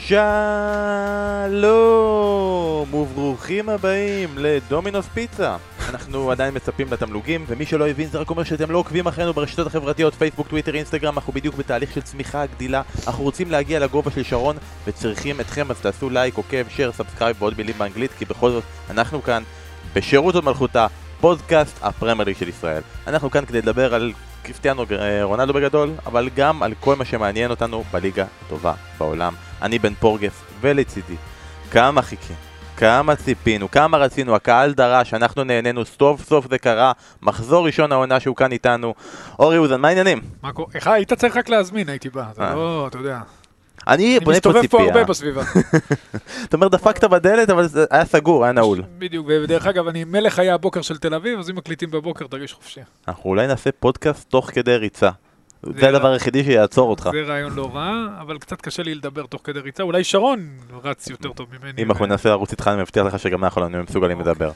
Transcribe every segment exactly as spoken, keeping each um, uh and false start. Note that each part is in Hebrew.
שלום וברוכים הבאים לדומינוס פיצה. אנחנו עדיין מצפים לתמלוגים, ומי שלא הבין זה רק אומר שאתם לא עוקבים אחרינו ברשתות החברתיות, פייסבוק, טוויטר, אינסטגרם. אנחנו בדיוק בתהליך של צמיחה, גדילה, אנחנו רוצים להגיע לגובה של שרון וצריכים אתכם, אז תעשו לייק, עוקב, שייר, סאבסקרייב ועוד מילים באנגלית, כי בכל זאת אנחנו כאן בשירות עוד מלכותה, פודקאסט הפרמייר ליג של ישראל. אנחנו כאן כדי לדבר על קריסטיאנו רונלדו בגדול, אבל גם על כל מה שמעניין אותנו בליגה הטובה בעולם. אני בן פורגף, ולצידי כמה חיכים, כמה ציפינו, כמה רצינו, הקהל דרש, אנחנו נהנינו, סוף סוף זה קרה, מחזור ראשון העונה שהוא כאן איתנו. אורי אוזן, מה העניינים? מה קורה? איך היית צריך רק להזמין, הייתי בא, זה לא, אתה יודע. אני בונה פה ציפייה. אני מסתובב פה הרבה בסביבה. אתה אומר, דפקת בדלת, אבל זה היה סגור, היה נעול. בדיוק, ודרך אגב, אני מלך היה הבוקר של תל אביב, אז אם מקליטים בבוקר, תרגיש חופשי. אנחנו אולי נעשה פודקאסט תוך כדי ריצה. זה הדבר היחידי שיעצור אותך. זה רעיון לא רע, אבל קצת קשה לי לדבר תוך כדי ריצה. אולי שרון רץ יותר טוב ממני. אם אנחנו נעשה ערוץ איתך, אני מבטיח לך שגם אנחנו לא מסוגלים לדבר.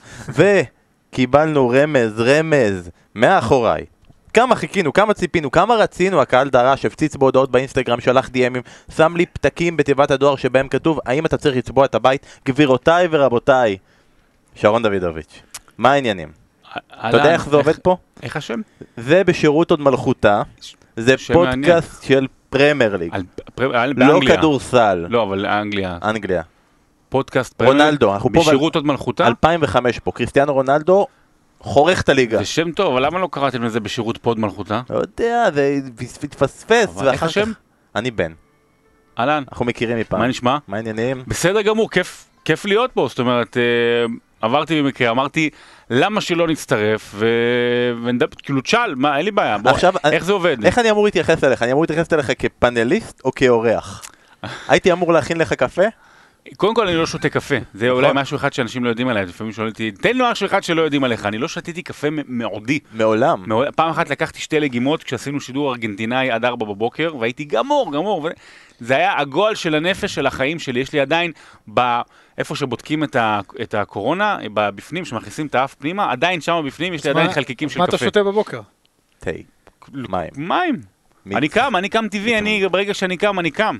וקיבלנו רמז, רמז, מאחוריי. כמה חיכינו, כמה ציפינו, כמה רצינו, הקהל דרש, הפציץ בהודעות באינסטגרם, שלח די-אמים, שם לי פתקים בתיבת הדואר שבהם כתוב, האם אתה צריך לצבוע את הבית? גבירותיי ורבותיי, שרון דוידוביץ', מה העניינים? אתה יודע איך זה עובד פה? איך השם? זה בשירות עוד מלכותה, זה פודקאסט של פרמייר ליג, לא כדורסל. לא, אבל אנגליה. אנגליה. פודקאסט פרמייר ליג. רונלדו, אנחנו פה בשירות עוד מלכותה? אלפיים וחמש פה, קריסטיאנו רונלדו, חורך את הליגה. זה שם טוב, אבל למה לא קראתם לזה בשירות פוד מלכותה? לא יודע, זה התפספס. אבל איך השם? אני בן. אהלן. אנחנו מכירים מפעם. מה נשמע? מה העניינים? בסדר גמור, כיף, כיף להיות פה. זאת אומרת, עברתי במקרה, אמרתי, למה שלא נצטרף, ונדבר, כאילו תשאל, מה, אין לי בעיה. איך זה עובד? איך אני אמור להתייחס אליך? אני אמור להתייחס אליך כפאנליסט או כאורח? הייתי אמור להכין לך קפה? קודם כל אני לא שותה קפה, זה אולי משהו אחד שאנשים לא יודעים עליי, לפעמים שואלים אותי, תן לו משהו אחד שלא יודעים עליך, אני לא שתיתי קפה מעודי. מעולם. פעם אחת לקחתי שתי לגימות כשעשינו שידור ארגנטינאי עד ארבע בבוקר, והייתי גמור, גמור, זה היה הגועל של הנפש של החיים שלי, יש לי עדיין, איפה שבודקים את הקורונה, בפנים, שמכניסים את האף פנימה, עדיין שם בפנים יש לי עדיין חלקיקים של קפה. מה אתה שותה בבוקר? תה. מים. מים. אני קם, אני קם טבעי, אני, ברגע שאני קם, אני קם.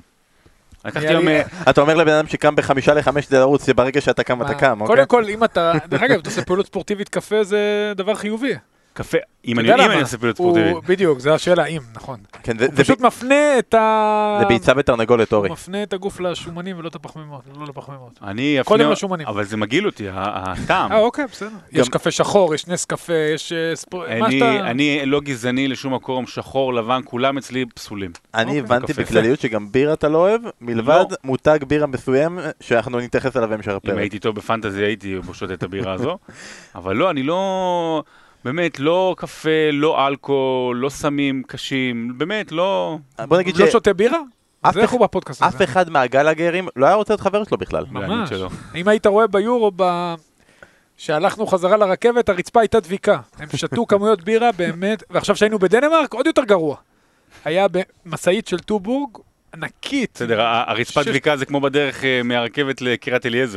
אתה אומר לבן אדם שקם בחמישה לחמש זה לרוץ, שברגע שאתה קם אתה קם, אוקיי? קודם כל, אם אתה, דרך אגב, אתה עושה פעילות ספורטיבית, קפה זה דבר חיובי. קפה, אם אני עושה פעילות ספורטיבית. בדיוק, זה השאלה, אם, נכון. הוא פשוט מפנה את ה... זה ביצה בתרנגולת, אורי. הוא מפנה את הגוף לשומנים ולא את הפחמימות, לא לפחמימות. אני אפנה... קודם לשומנים. אבל זה מגיל אותי, הטעם. אה, אוקיי, בסדר. יש קפה שחור, יש נס קפה, יש... אני לא גזעני לשום מקום, שחור, לבן, כולם אצלי פסולים. אני הבנתי בכלליות שגם בירה אתה לא אוהב, מלבד מותג בירה מסוים שאנחנו נתייחס עליו בהמשך הפרק. אם הייתי טוב בפנטזי הייתי שותה את הבירה הזו. אבל לא, אני לא... באמת, לא קפה, לא אלכוהול, לא סמים קשים, באמת, לא... בוא נגיד ש... לא שותה בירה? אז איך הוא בפודקאסט הזה? אף אחד מהגלגרים לא היה רוצה להיות חבר שלו בכלל. ממש. אם היית רואה ביורו, שהלכנו חזרה לרכבת, הרצפה הייתה דביקה. הם שתו כמויות בירה, באמת, ועכשיו שהיינו בדנמרק, עוד יותר גרוע. היה במסעית של טובורג, ענקית. בסדר, הרצפה דביקה זה כמו בדרך מהרכבת לקריית אליעזר.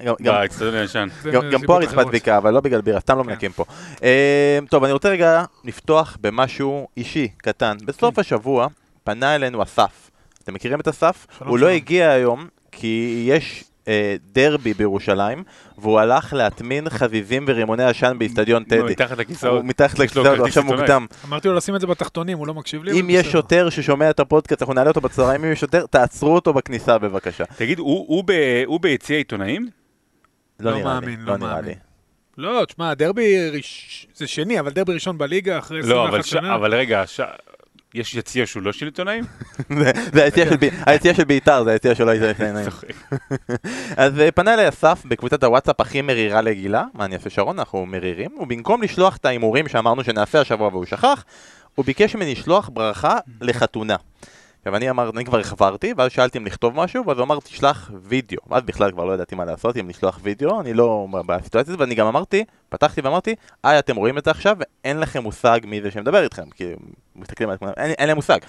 גם פה הרצפת דביקה, אבל לא בגלל בירה, סתם לא מנקים פה. טוב, אני רוצה רגע לפתוח במשהו אישי, קטן. בסוף השבוע פנה אלינו אסף. אתם מכירים את אסף? הוא לא הגיע היום, כי יש דרבי בירושלים, והוא הלך להטמין חזיזים ורימוני עשן באיצטדיון טדי. הוא מתחת לכיסאות. הוא מתחת לכיסאות, עכשיו מוקדם. אמרתי לו לשים את זה בתחתונים, הוא לא מקשיב לי. אם יש שוטר ששומע את הפודקאסט, אנחנו נעלה אותו בצהריים, אם יש שוטר, תעצרו אותו בכניסה בבקשה. תגיד, הוא ביציע עיתונאים? לא נראה לי, לא נראה לי. לא, תשמע, דרבי זה שני, אבל דרבי ראשון בליגה אחרי עשרים ואחת שנה. לא, אבל רגע, יש יציע שהוא לא של עיתונאים? זה היציע של ביתר, זה היציע שלא עיתונאים. אז פנה אליי אסף בקבוצת הוואטסאפ הכי מרירה לגילה, מה אני אעשה שרון, אנחנו מרירים, ובמקום לשלוח את האימורים שאמרנו שנעשה השבוע והוא שכח, הוא ביקש ממני לשלוח ברכה לחתונה. ואני אמרתי, אני כבר החברתי, ואז שאלתי אם לכתוב משהו, ואז הוא אמר, תשלח וידאו. ואז בכלל כבר לא ידעתי מה לעשות, אם לשלוח וידאו, אני לא בסיטואציה הזאת, ואני גם אמרתי, פתחתי ואמרתי, איי, אתם רואים את זה עכשיו, ואין לכם מושג מי זה שמדבר איתכם, כי מסתכלים על התמונה, אין, אין להם מושג.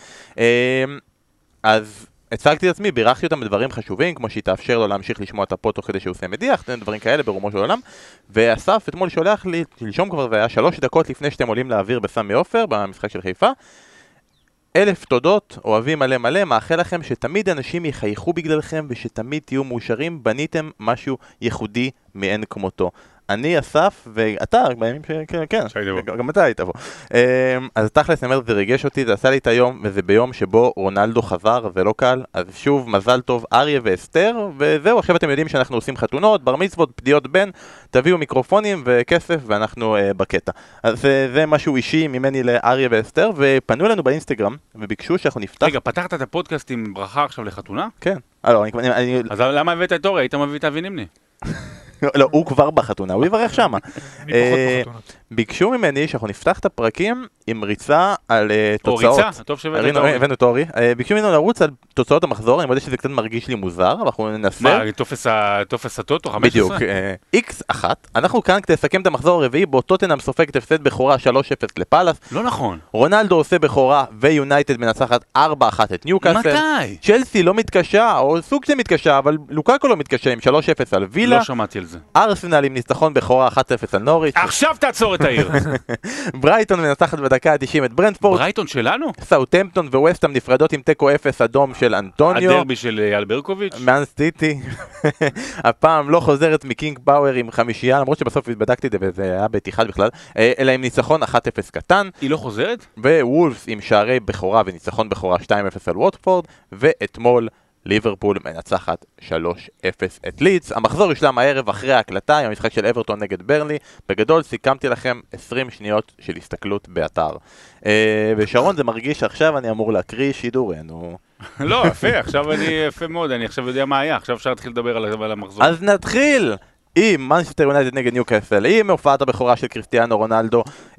אז הצגתי את עצמי, בירכתי אותם בדברים חשובים, כמו שהיא תאפשר לו להמשיך לשמוע את הפוטו כדי שהוא עושה מדיח, דברים כאלה ברומו של עולם. ואסף אתמול שולח לי, שלשום כבר, זה היה שלוש דקות לפני שאתם עולים לאוויר בסמי עופר, במשחק של חיפה. אלף תודות, אוהבים מלא מלא, מאחל לכם שתמיד אנשים יחייכו בגללכם ושתמיד תהיו מאושרים, בניתם משהו ייחודי מאין כמותו. אני אסף, ואתה, בימים ש... כן, כן, גם אתה היית פה. אז תכלס, אני אומר, זה ריגש אותי, זה עשה לי את היום, וזה ביום שבו רונלדו חזר, זה לא קל, אז שוב, מזל טוב, אריה ואסתר, וזהו, עכשיו אתם יודעים שאנחנו עושים חתונות, בר מצוות, פדיות בן, תביאו מיקרופונים וכסף, ואנחנו uh, בקטע. אז uh, זה משהו אישי ממני לאריה ואסתר, ופנו אלינו באינסטגרם, וביקשו שאנחנו נפתח... רגע, פתחת את הפודקאסט עם ברכה עכשיו לחתונה? כן. לא, אני... אני... אז למה הבאת את אורי? היית מביא את אבי נימני? לא, הוא כבר בחתונה, הוא יברך שמה. ביקשו ממני שאנחנו נפתח את הפרקים עם ריצה על תוצאות. או ריצה, טוב שהבאת את אורי. הבאנו את אורי. ביקשו ממנו לרוץ על תוצאות המחזור, אני מודה שזה קצת מרגיש לי מוזר, אבל אנחנו ננסה. מה, תופס הטוטו, חמש עשרה? בדיוק, איקס אחת. אנחנו כאן כדי לסכם את המחזור הרביעי, בו טוטנהאם סופגת הפסד בכורה שלוש אפס לפאלאס. לא נכון. רונלדו עושה בכורה ויונייטד מנצחת ארבע אחת את ניוקאסל. מתי? צ'לסי לא מתקשה, או סוג של מתקשה, אבל לוקאקו לא מתקשה עם שלוש אפס על וילה. לא שמעתי על זה. ארסנל עם ניצחון בכורה אחת אפס על נוריץ'. עכשיו תעצור את העיר. ברייטון מנצחת בדקה ה-תשעים את ברנטפורד. ברייטון שלנו? סאות'המפטון וווסטהאם נפרדות עם תיקו אפס אדום של אנטוניו. הדרבי של אייל ברקוביץ'. מן סיטי. הפעם לא חוזרת מקינג פאוור עם חמישייה, למרות שבסוף בדקתי את זה וזה היה בתיחד בכלל, אלא עם ניצחון אחת אפס קטן. היא לא חוזרת? ווולפס עם שערי בכורה וניצחון בכורה שתיים אפס על ווטפורד, ואתמול ליברפול מנצחת שלוש אפס את לידס. המחזור ישלם הערב אחרי ההקלטה עם המשחק של אברטון נגד ברלי. בגדול סיכמתי לכם עשרים שניות של הסתכלות באתר. ושרון, זה מרגיש שעכשיו אני אמור להקריא שידורנו. לא, יפה, עכשיו אני יפה מאוד, אני עכשיו יודע מה היה, עכשיו אפשר להתחיל לדבר על המחזור. אז נתחיל עם מנצ'סטר יונייטד נגד ניוקאסל, עם הופעת הבכורה של קריסטיאנו רונלדו.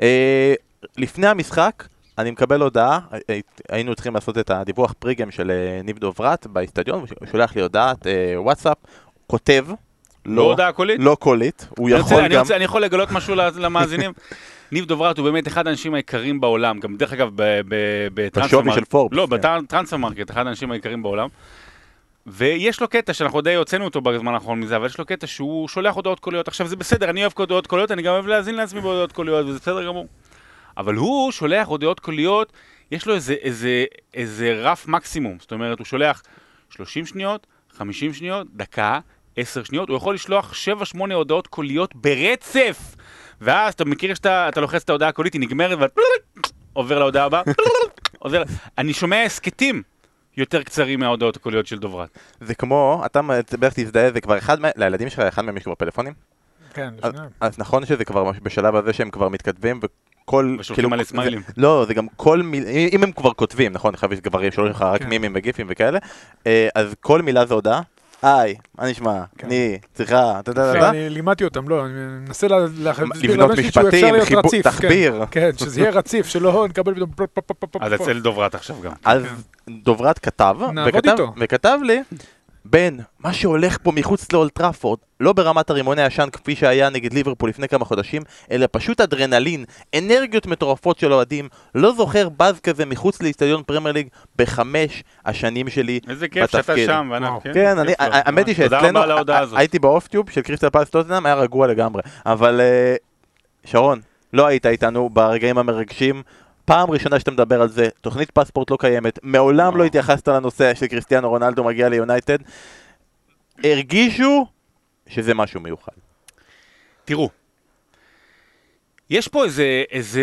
לפני המשחק אני מקבל הודעה, היינו צריכים לעשות את הדיווח פריגם של ניב דוברת באיצטדיון, הוא שולח לי הודעת וואטסאפ, כותב, לא הודעה קולית? לא קולית, הוא יכול גם... אני יכול לגלות משהו למאזינים? ניב דוברת הוא באמת אחד האנשים היקרים בעולם, גם דרך אגב בשווי של פורבס. לא, בטרנספרמרקט, אחד האנשים היקרים בעולם. ויש לו קטע שאנחנו די הוצאנו אותו בזמן האחרון מזה, אבל יש לו קטע שהוא שולח הודעות קוליות. עכשיו זה בסדר, אני אוהב הודעות קוליות, אני גם אוהב להאזין לעצמי בהודעות קוליות, וזה בסדר גמור. אבל הוא שולח הודעות קוליות, יש לו איזה, איזה, איזה רף מקסימום. זאת אומרת, הוא שולח שלושים שניות, חמישים שניות, דקה, עשר שניות, הוא יכול לשלוח שבע שמונה הודעות קוליות ברצף. ואז אתה מכיר שאתה אתה לוחץ את ההודעה הקולית, היא נגמרת, ואת עובר להודעה הבאה. עובר... אני שומע הסקטים יותר קצרים מההודעות הקוליות של דוברת. זה כמו, אתה בערך תזדהה, זה כבר אחד, לילדים שלך, אחד מהם יש כבר פלאפונים? כן, אז, אז נכון שזה כבר בשלב הזה שהם כבר מתכתבים, וכל... ושולחים מלא סמיילים. לא, זה גם כל מילה, אם הם כבר כותבים, נכון, אני חייב שכבר שולחים לך רק מימים וגיפים וכאלה, אז כל מילה זה הודעה. היי, מה נשמע? אני צריכה, אתה יודע, אתה יודע? אני לימדתי אותם, לא, אני מנסה לבנות משפטים, תחביר. כן, שזה יהיה רציף, שלא נקבל פתאום... אז אצל דוברת עכשיו גם. אז דוברת כתב, וכתב לי, בן, מה שהולך פה מחוץ לאולד טראפורד, לא ברמת הרימוני השן כפי שהיה נגד ליברפול לפני כמה חודשים, אלא פשוט אדרנלין, אנרגיות מטורפות של אוהדים, לא זוכר בז כזה מחוץ לאצטדיון פרמייר ליג בחמש השנים שלי בתפקיד. איזה כיף שאתה שם, וענב, כן? כן, אני, האמת היא שאצלנו, הייתי באוף-טיוב של קריסטל פלאס טוטנהאם, היה רגוע לגמרי, אבל שרון, לא היית איתנו ברגעים המרגשים, פעם ראשונה שאתה מדבר על זה, תוכנית פספורט לא קיימת, מעולם לא התייחסת לנושא של קריסטיאנו רונלדו מגיע ליונייטד, הרגישו שזה משהו מיוחד. תראו, יש פה איזה, איזה,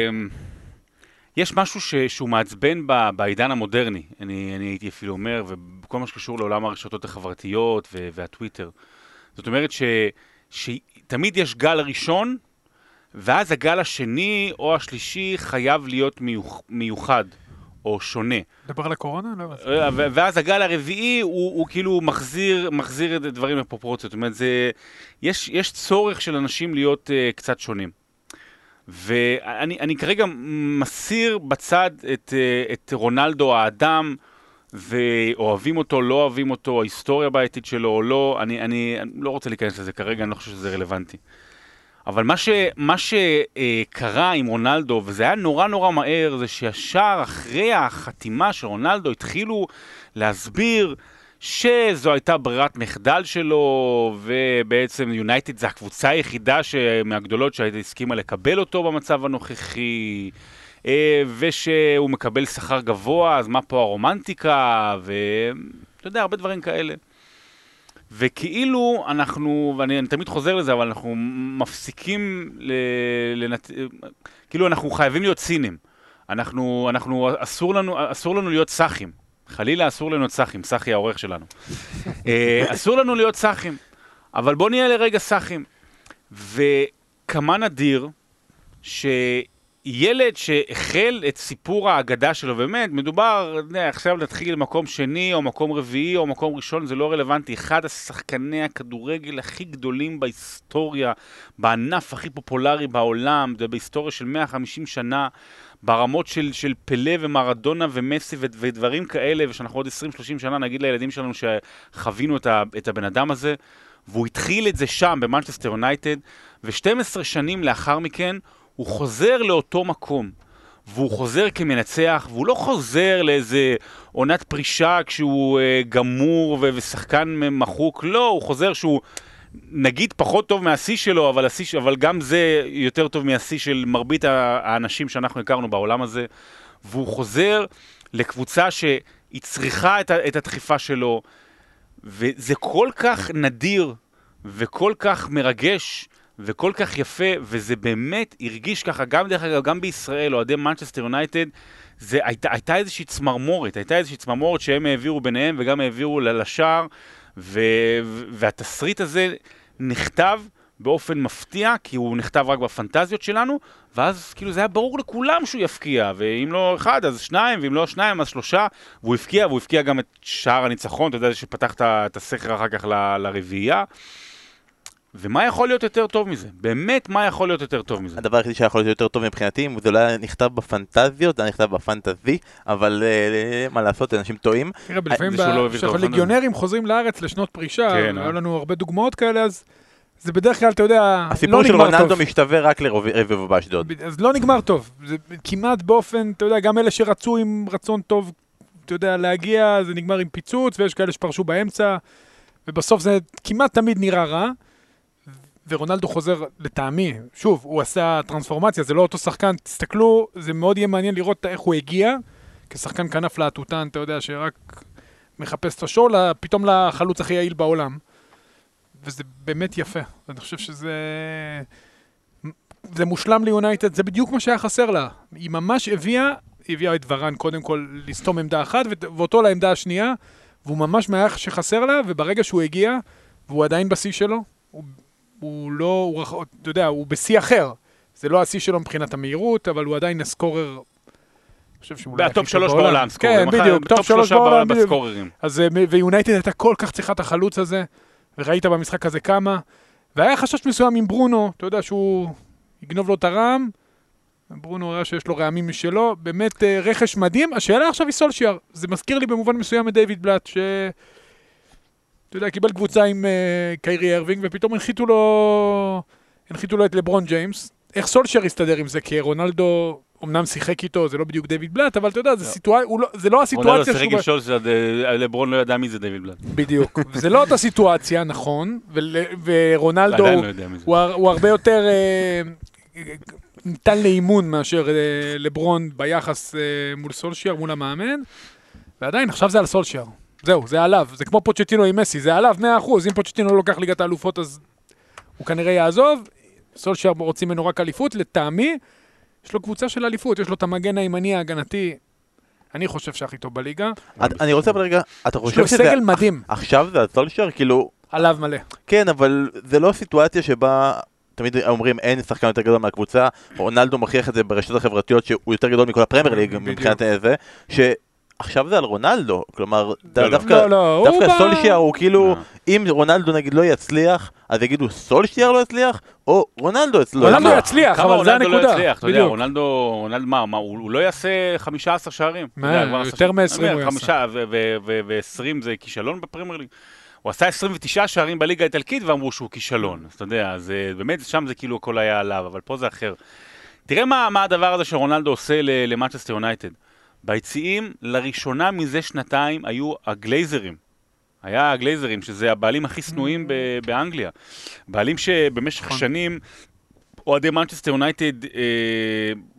יש משהו ש, שהוא מעצבן ב, בעידן המודרני, אני, אני הייתי אפילו אומר, וכל מה שקשור לעולם הרשתות החברתיות ו, והטוויטר. זאת אומרת ש, שתמיד יש גל ראשון, ואז הגל השני או השלישי חייב להיות מיוח, מיוחד או שונה. דבר על הקורונה? לא ואז הגל הרביעי הוא, הוא כאילו מחזיר, מחזיר את הדברים לפרופורציות. זאת אומרת, זה, יש, יש צורך של אנשים להיות uh, קצת שונים. ואני אני כרגע מסיר בצד את, uh, את רונלדו האדם, ואוהבים אותו, לא אוהבים אותו, ההיסטוריה בעייתית שלו או לא. אני, אני, אני לא רוצה להיכנס לזה כרגע, אני לא חושב שזה רלוונטי. אבל מה ש, מה שקרה עם רונלדו, וזה היה נורא נורא מהר, זה שישר אחרי החתימה של רונלדו התחילו להסביר שזו הייתה ברירת מחדל שלו, ובעצם יונייטד זה הקבוצה היחידה מהגדולות שהייתה הסכימה לקבל אותו במצב הנוכחי, ושהוא מקבל שכר גבוה, אז מה פה הרומנטיקה, ואתה יודע, הרבה דברים כאלה. וכאילו אנחנו, ואני תמיד חוזר לזה, אבל אנחנו מפסיקים, לנת... כאילו אנחנו חייבים להיות סינים. אנחנו, אנחנו, אסור לנו, אסור לנו להיות סחים. חלילה אסור לנו להיות סחים, סחי העורך שלנו. אסור לנו להיות סחים, אבל בוא נהיה לרגע סחים. וכמה נדיר שילד שהחל את סיפור האגדה שלו, באמת, מדובר, עכשיו נתחיל מקום שני, או מקום רביעי, או מקום ראשון, זה לא רלוונטי. אחד השחקני הכדורגל הכי גדולים בהיסטוריה, בענף הכי פופולרי בעולם, זה בהיסטוריה של מאה וחמישים שנה, ברמות של, של פלה ומרדונה ומסי ודברים כאלה, ושאנחנו עוד עשרים שלושים שנה נגיד לילדים שלנו שחווינו את, ה, את הבן אדם הזה, והוא התחיל את זה שם במנצ'סטר יונייטד, ו-שתים עשרה שנים לאחר מכן הוא חוזר לאותו מקום, והוא חוזר כמנצח, והוא לא חוזר לאיזה עונת פרישה כשהוא uh, גמור ו- ושחקן מחוק, לא, הוא חוזר שהוא נגיד פחות טוב מהשיא שלו, אבל, השיא, אבל גם זה יותר טוב מהשיא של מרבית האנשים שאנחנו הכרנו בעולם הזה, והוא חוזר לקבוצה שהיא צריכה את, את הדחיפה שלו, וזה כל כך נדיר, וכל כך מרגש, וכל כך יפה, וזה באמת הרגיש ככה, גם דרך אגב, גם בישראל, אוהדי מנצ'סטר יונייטד, זה הייתה, הייתה איזושהי צמרמורת, הייתה איזושהי צמרמורת שהם העבירו ביניהם, וגם העבירו לשער, ו... והתסריט הזה נכתב באופן מפתיע, כי הוא נכתב רק בפנטזיות שלנו, ואז כאילו זה היה ברור לכולם שהוא יפקיע, ואם לא אחד, אז שניים, ואם לא שניים, אז שלושה, והוא הפקיע, והוא הפקיע גם את שער הניצחון, אתה יודע שפתח את הסכר אחר כך ל... לרביעייה, ומה יכול להיות יותר טוב מזה? באמת, מה יכול להיות יותר טוב מזה? הדבר היחידי שיכול להיות יותר טוב מבחינתי, אם זה לא היה נכתב בפנטזיות, זה היה נכתב בפנטזי, אבל מה לעשות, אנשים טועים. תראה, לפעמים שהליגיונרים חוזרים לארץ לשנות פרישה, היו לנו הרבה דוגמאות כאלה, אז זה בדרך כלל, אתה יודע, לא נגמר טוב. הסיפור של רונלדו משתווה רק לרביבו באשדוד. אז לא נגמר טוב. זה כמעט באופן, אתה יודע, גם אלה שרצו עם רצון טוב, אתה יודע, להגיע, זה נגמר עם פיצוץ, ויש כאלה שפרשו באמצע, ובסוף זה כמעט תמיד נראה רע. ורונלדו חוזר לטעמי, שוב, הוא עשה טרנספורמציה, זה לא אותו שחקן, תסתכלו, זה מאוד יהיה מעניין לראות איך הוא הגיע, כשחקן כנף להטוטן, אתה יודע, שרק מחפש את השול, פתאום לחלוץ הכי יעיל בעולם, וזה באמת יפה, אני חושב שזה זה מושלם ליונייטד, זה בדיוק מה שהיה חסר לה, היא ממש הביאה, היא הביאה את ורן קודם כל לסתום עמדה אחת, ואותו לעמדה השנייה, והוא ממש מה שחסר לה, וברגע שהוא הגיע, והוא עדיין בשיא שלו, הוא הוא לא, הוא, אתה יודע, הוא בשיא אחר. זה לא השיא שלו מבחינת המהירות, אבל הוא עדיין הסקורר. אני חושב שהוא בטופ שלוש בעולם, כן, בדיוק, טופ שלוש בעולם בסקוררים. אז ויונייטד הייתה כל כך צריכה את החלוץ הזה, וראית במשחק הזה כמה, והיה חשש מסוים עם ברונו, אתה יודע שהוא יגנוב לו את הרם, ברונו ראה שיש לו רעמים משלו, באמת רכש מדהים. השאלה עכשיו היא סולשייר, זה מזכיר לי במובן מסוים את דיוויד בלאט, ש... אתה יודע, קיבל קבוצה עם uh, קיירי ארווינג, ופתאום הנחיתו לו, הנחיתו לו את לברון ג'יימס. איך סולשר יסתדר עם זה? כי רונלדו אמנם שיחק איתו, זה לא בדיוק דיוויד בלאט, אבל אתה יודע, זה, סיטואצ... לא, זה לא הסיטואציה... רונלדו שיחק עם שולשר, לברון לא ידע מי זה דיוויד בלאט. בדיוק. זה לא אותה סיטואציה, נכון, ו... ורונלדו הוא, הוא, הוא הרבה יותר uh, ניתן לאימון מאשר uh, לברון ביחס uh, מול סולשר, מול המאמן, ועדיין, עכשיו זה על סולשר. זהו, זה עליו, זה כמו פוצ'טינו עם מסי, זה עליו מאה אחוז, אם פוצ'טינו לא לוקח ליגת האלופות אז הוא כנראה יעזוב, סולשייר רוצים ממנו רק אליפות, לטעמי, יש לו קבוצה של אליפות, יש לו את המגן הימני ההגנתי, אני חושב שהכי טוב בליגה. אני רוצה ברגע, אתה חושב שזה... יש לו סגל מדהים. עכשיו זה סולשייר, כאילו... עליו מלא. כן, אבל זה לא סיטואציה שבה... תמיד אומרים, אין שחקן יותר גדול מהקבוצה, רונלדו מכריח את זה ברשתות החברתיות שהוא יותר גדול מכל הפרמייר ליג מבחינת זה, ש... עכשיו זה על רונלדו, כלומר, דווקא סולשייר הוא כאילו, אם רונלדו נגיד לא יצליח, אז יגידו סולשייר לא יצליח, או רונלדו יצליח. רונלדו יצליח, אבל זה הנקודה. רונלדו, מה, הוא לא יעשה חמישה עשר שערים. יותר מ-עשרים הוא יעשה. ו-עשרים זה כישלון בפרמייר ליג. הוא עשה עשרים ותשעה שערים בליגה האיטלקית ואמרו שהוא כישלון. אז אתה יודע, באמת שם זה כאילו הכל היה עליו, אבל פה זה אחר. תראה מה הדבר הזה שרונלדו עושה למנצ'סטר יונייטד. ביציעים, לראשונה מזה שנתיים, היו הגלייזרים. היה הגלייזרים, שזה הבעלים הכי שנואים באנגליה. בעלים שבמשך שנים, אוהדי מנצ'סטר יונייטד,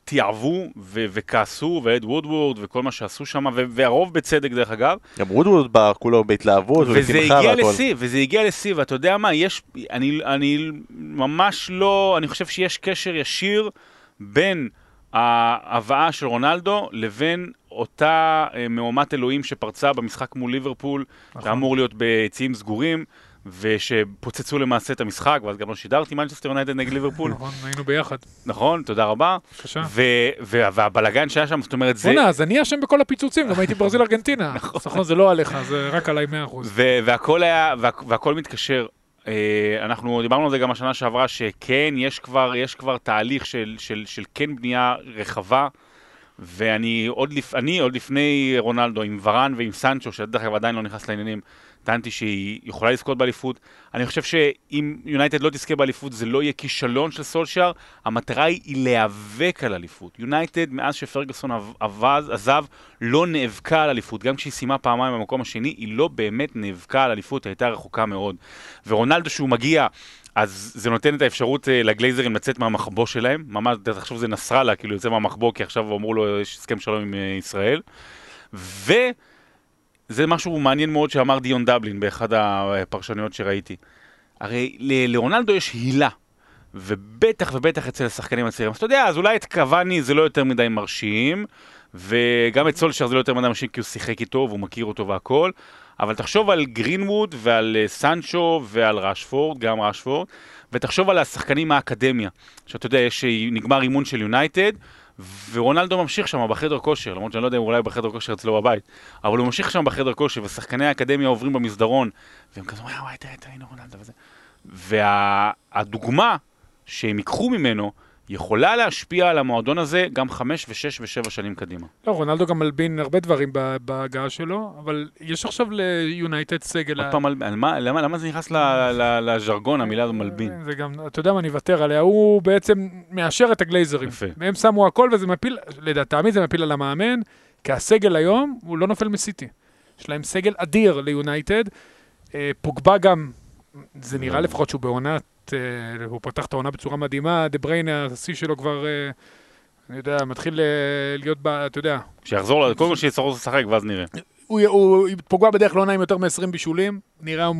תיעבו ו- וכעסו, ואד וודוורד וכל מה שעשו שם, ו- והרוב בצדק דרך אגב. גם וודוורד בא כולו בהתלהבות וזה הגיע לשיא, וזה הגיע לשיא, ואתה יודע מה, יש, אני, אני ממש לא, אני חושב שיש קשר ישיר בין ההבאה של רונלדו לבין אותה מהומת אלוהים שפרצה במשחק מול ליברפול, נכון. שאמור להיות ביציעים סגורים, ושפוצצו למעשה את המשחק, ואז גם לא שידרתי מנצ'סטר יונייטד נגד ליברפול. נכון, היינו ביחד. נכון, תודה רבה. בבקשה. והבלגן שהיה שם, זאת אומרת, זה... בונה, אז אני אשם בכל הפיצוצים, גם הייתי ברזיל ארגנטינה. נכון, זה לא עליך, זה רק עליי מאה אחוז. והכל היה, והכל מתקשר. אנחנו דיברנו על זה גם השנה שעברה, שכן, יש כבר, יש כבר תהליך של, של, של כן בנייה רחבה, ואני עוד, לפ... אני עוד לפני רונלדו, עם ורן ועם סנצ'ו, שדרך אגב עדיין לא נכנס לעניינים, טענתי שהיא יכולה לזכות באליפות. אני חושב שאם יונייטד לא תזכה באליפות, זה לא יהיה כישלון של סולשייר, המטרה היא להיאבק על אליפות. יונייטד, מאז שפרגוסון עבז, עזב, לא נאבקה על אליפות. גם כשהיא סיימה פעמיים במקום השני, היא לא באמת נאבקה על אליפות, היא הייתה רחוקה מאוד. ורונלדו שהוא מגיע, אז זה נותן את האפשרות לגלייזרים לצאת מהמחבוא שלהם, ממש, תחשוב זה נסראללה, כאילו יוצא מהמחבוא, כי עכשיו אמרו לו יש הסכם שלום עם ישראל. ו... זה משהו מעניין מאוד שאמר דיון דבלין באחד הפרשנויות שראיתי. הרי לרונלדו יש הילה, ובטח ובטח אצל השחקנים הצעירים. אז אתה יודע, אז אולי את קוואני זה לא יותר מדי מרשים, וגם את סולשר זה לא יותר מדי מרשים כי הוא שיחק איתו והוא מכיר אותו והכל, אבל תחשוב על גרינווד ועל סנצ'ו ועל רשפורד, גם רשפורד, ותחשוב על השחקנים מהאקדמיה, שאתה יודע, יש נגמר אימון של יונייטד, ורונלדו ממשיך שם בחדר כושר, למרות שאני לא יודע אם אולי בחדר כושר אצלו בבית, אבל הוא ממשיך שם בחדר כושר, ושחקני האקדמיה עוברים במסדרון, והם כזה, וואי, וואי, תראה, תראה, הנה רונלדו וזה. והדוגמה שהם ייקחו ממנו, יכולה להשפיע על המועדון הזה גם חמש ושש ושבע שנים קדימה. לא, רונלדו גם מלבין הרבה דברים בהגעה שלו, אבל יש עכשיו ליונייטד סגל... עוד פעם, למה זה נכנס לז'רגון, המילה הזו מלבין? זה גם, אתה יודע מה, אני אוותר עליה, הוא בעצם מאשר את הגלייזרים. יפה. והם שמו הכל וזה מפיל, לדעתי זה מפיל על המאמן, כי הסגל היום הוא לא נופל מסיטי. יש להם סגל אדיר ליונייטד, פוגבה גם, זה נראה לפחות שהוא בעונת, הוא פתח את העונה בצורה מדהימה, דה בריינה, השיא שלו כבר, אני יודע, מתחיל להיות, אתה יודע. שיחזור לו, קודם כל שיצטרכו לשחק, ואז נראה. הוא פוגבה בדרך לא עונה עם יותר מ-עשרים בישולים, נראה,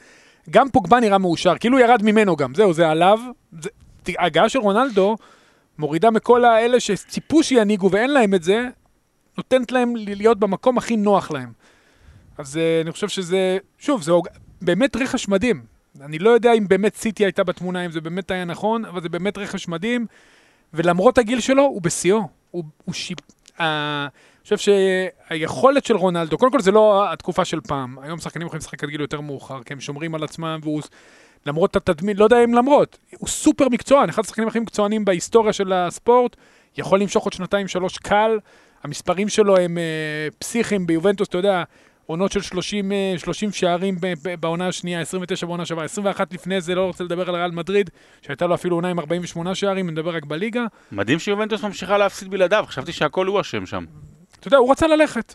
גם פוגבה נראה מאושר, כאילו הוא ירד ממנו גם, זהו, זה עליו. ההגעה של רונלדו מורידה מכל האלה שציפו שיניגו ואין להם את זה, נותנת להם להיות במקום הכי נוח להם. אז אני חושב שזה, שוב, זה באמת רכש מדהים. אני לא יודע אם באמת סיטי הייתה בתמונה, אם זה באמת היה נכון, אבל זה באמת רכש מדהים, ולמרות הגיל שלו, הוא בשיאו. הוא, הוא שיפ... אני חושב שהיכולת של רונלדו, קודם כל זה לא התקופה של פעם, היום שחקנים יכולים לשחק עד גיל יותר מאוחר, כי הם שומרים על עצמם, והוא, למרות התדמין, לא יודע אם למרות, הוא סופר מקצוען, אחד השחקנים הכי מקצוענים בהיסטוריה של הספורט, יכול למשוך עוד שנתיים, שלוש קל, המספרים שלו הם uh, פסיכיים ביובנטוס, אתה יודע, עונות של שלושים, שלושים שערים בעונה השנייה, עשרים ותשע בעונה שעברה, עשרים ואחת לפני זה, לא רוצה לדבר על ריאל מדריד, שהייתה לו אפילו עונה עם ארבעים ושמונה שערים, נדבר רק בליגה. מדהים שיובנטוס ממשיכה להפסיד בלעדיו, חשבתי שהכל הוא אשם שם. אתה יודע, הוא רצה ללכת,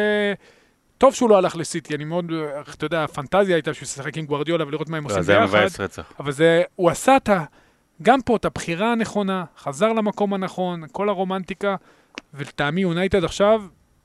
וטוב שהוא לא הלך לסיטי, אני מאוד, אתה יודע, הפנטזיה הייתה שהוא ישחק עם גוארדיולה ולראות מה הם עושים ביחד. אבל זה, הוא עשה את, גם פה את הבחירה הנכונה, חזר למקום הנכון, כל הרומנטיקה, ולטעמי יונייטד עכשיו,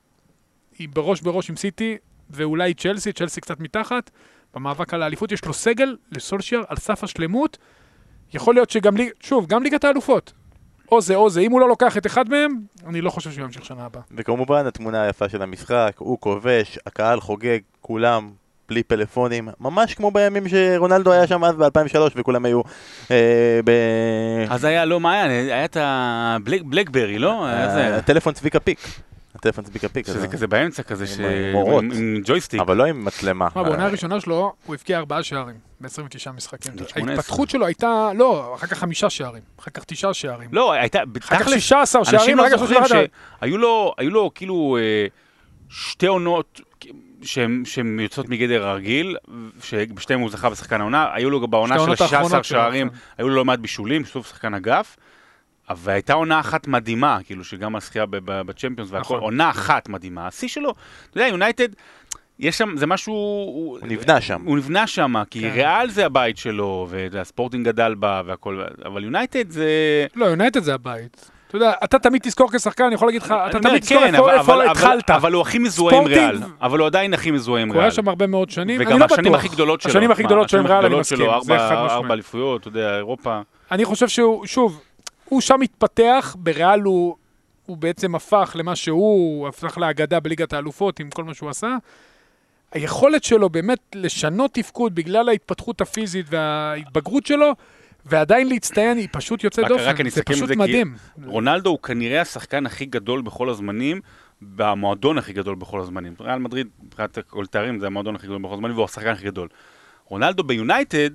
היא בראש בראש עם סיטי, ואולי צ'לסי, צ'לסי קצת מתחת, במאבק על האליפות יש לו סגל לסולשייר על סף השלמות, יכול להיות שגם, שוב, גם ליגת האלופות, או זה או זה, אם הוא לא לוקח את אחד מהם, אני לא חושב שהוא ימשיך שנה הבאה. וכמובן התמונה היפה של המשחק, הוא כובש, הקהל חוגג, כולם בלי פלאפונים, ממש כמו בימים שרונלדו היה שם אז ב-אלפיים ושלוש וכולם היו אה, ב... אז היה, לא, מה היה? היה את הבלקברי, לא? הטלפון צביקה פיק. הטלפון צביקה פיק. שזה כזה באמצע כזה, עם ג'ויסטיק. אבל לא עם מצלמה. בעונה הראשונה שלו, הוא הבקיע ארבעה שערים, ב-עשרים ותשעה משחקים. ההתפתחות שלו הייתה, לא, אחר כך חמישה שערים, אחר כך תשעה שערים. לא, הייתה, אחר כך שישה עשר שערים, אנשים לא זוכרים שהיו לו כאילו שתי עונות שהן יוצאות מגדר הרגיל, שבשתיהם הוא זכה בשחקן העונה, היו לו בעונה של שישה עשר שערים, היו לו לא מעט בישולים, שוב שחקן אגף, אבל הייתה עונה אחת מדהימה, כאילו שגם הזכייה בצ'מפיונס והכל, עונה אחת מדהימה. השיא שלו, אתה יודע, יונייטד, יש שם, זה משהו... הוא נבנה שם. הוא נבנה שם, כי ריאל זה הבית שלו, והספורטינג גדל בה והכל, אבל יונייטד זה... לא, יונייטד זה הבית. אתה יודע, אתה תמיד תזכור כשחקן, אני יכול להגיד לך, אתה תמיד תזכור כן, איפה אבל- איפה אבל- התחלת. אבל הוא הכי מזוהה עם ספורטיב. ריאל, אבל הוא עדיין הכי מזוהה עם הוא היה ריאל. שם הרבה מאוד שנים, אני וגם לא השנים בטוח. הכי גדולות שלו. השנים הכי מה, גדולות שלהם השנים ריאל, אני הגדולות מסכים, שלו, זה ארבע- חד משמעי. ארבע אליפויות, אתה יודע, אירופה. אני חושב שהוא, שוב, הוא שם התפתח, בריאל הוא, הוא בעצם הפך למה שהוא, הוא הפך להגדה בליגת האלופות עם כל מה שהוא עשה. היכולת שלו באמת לשנות תפקוד בגלל ההתפתחות הפיזית וההתבגרות שלו, ועדיין להצטיין, היא פשוט יוצאת רק- דופן. רק אני זה אסכם את פשוט זה, כי מדהים. רונלדו הוא כנראה השחקן הכי גדול בכל הזמנים, במועדון הכי גדול בכל הזמנים. ריאל מדריד, מבחינת כל תארים, זה המועדון הכי גדול בכל הזמנים, והוא השחקן הכי גדול. רונלדו ביונייטד,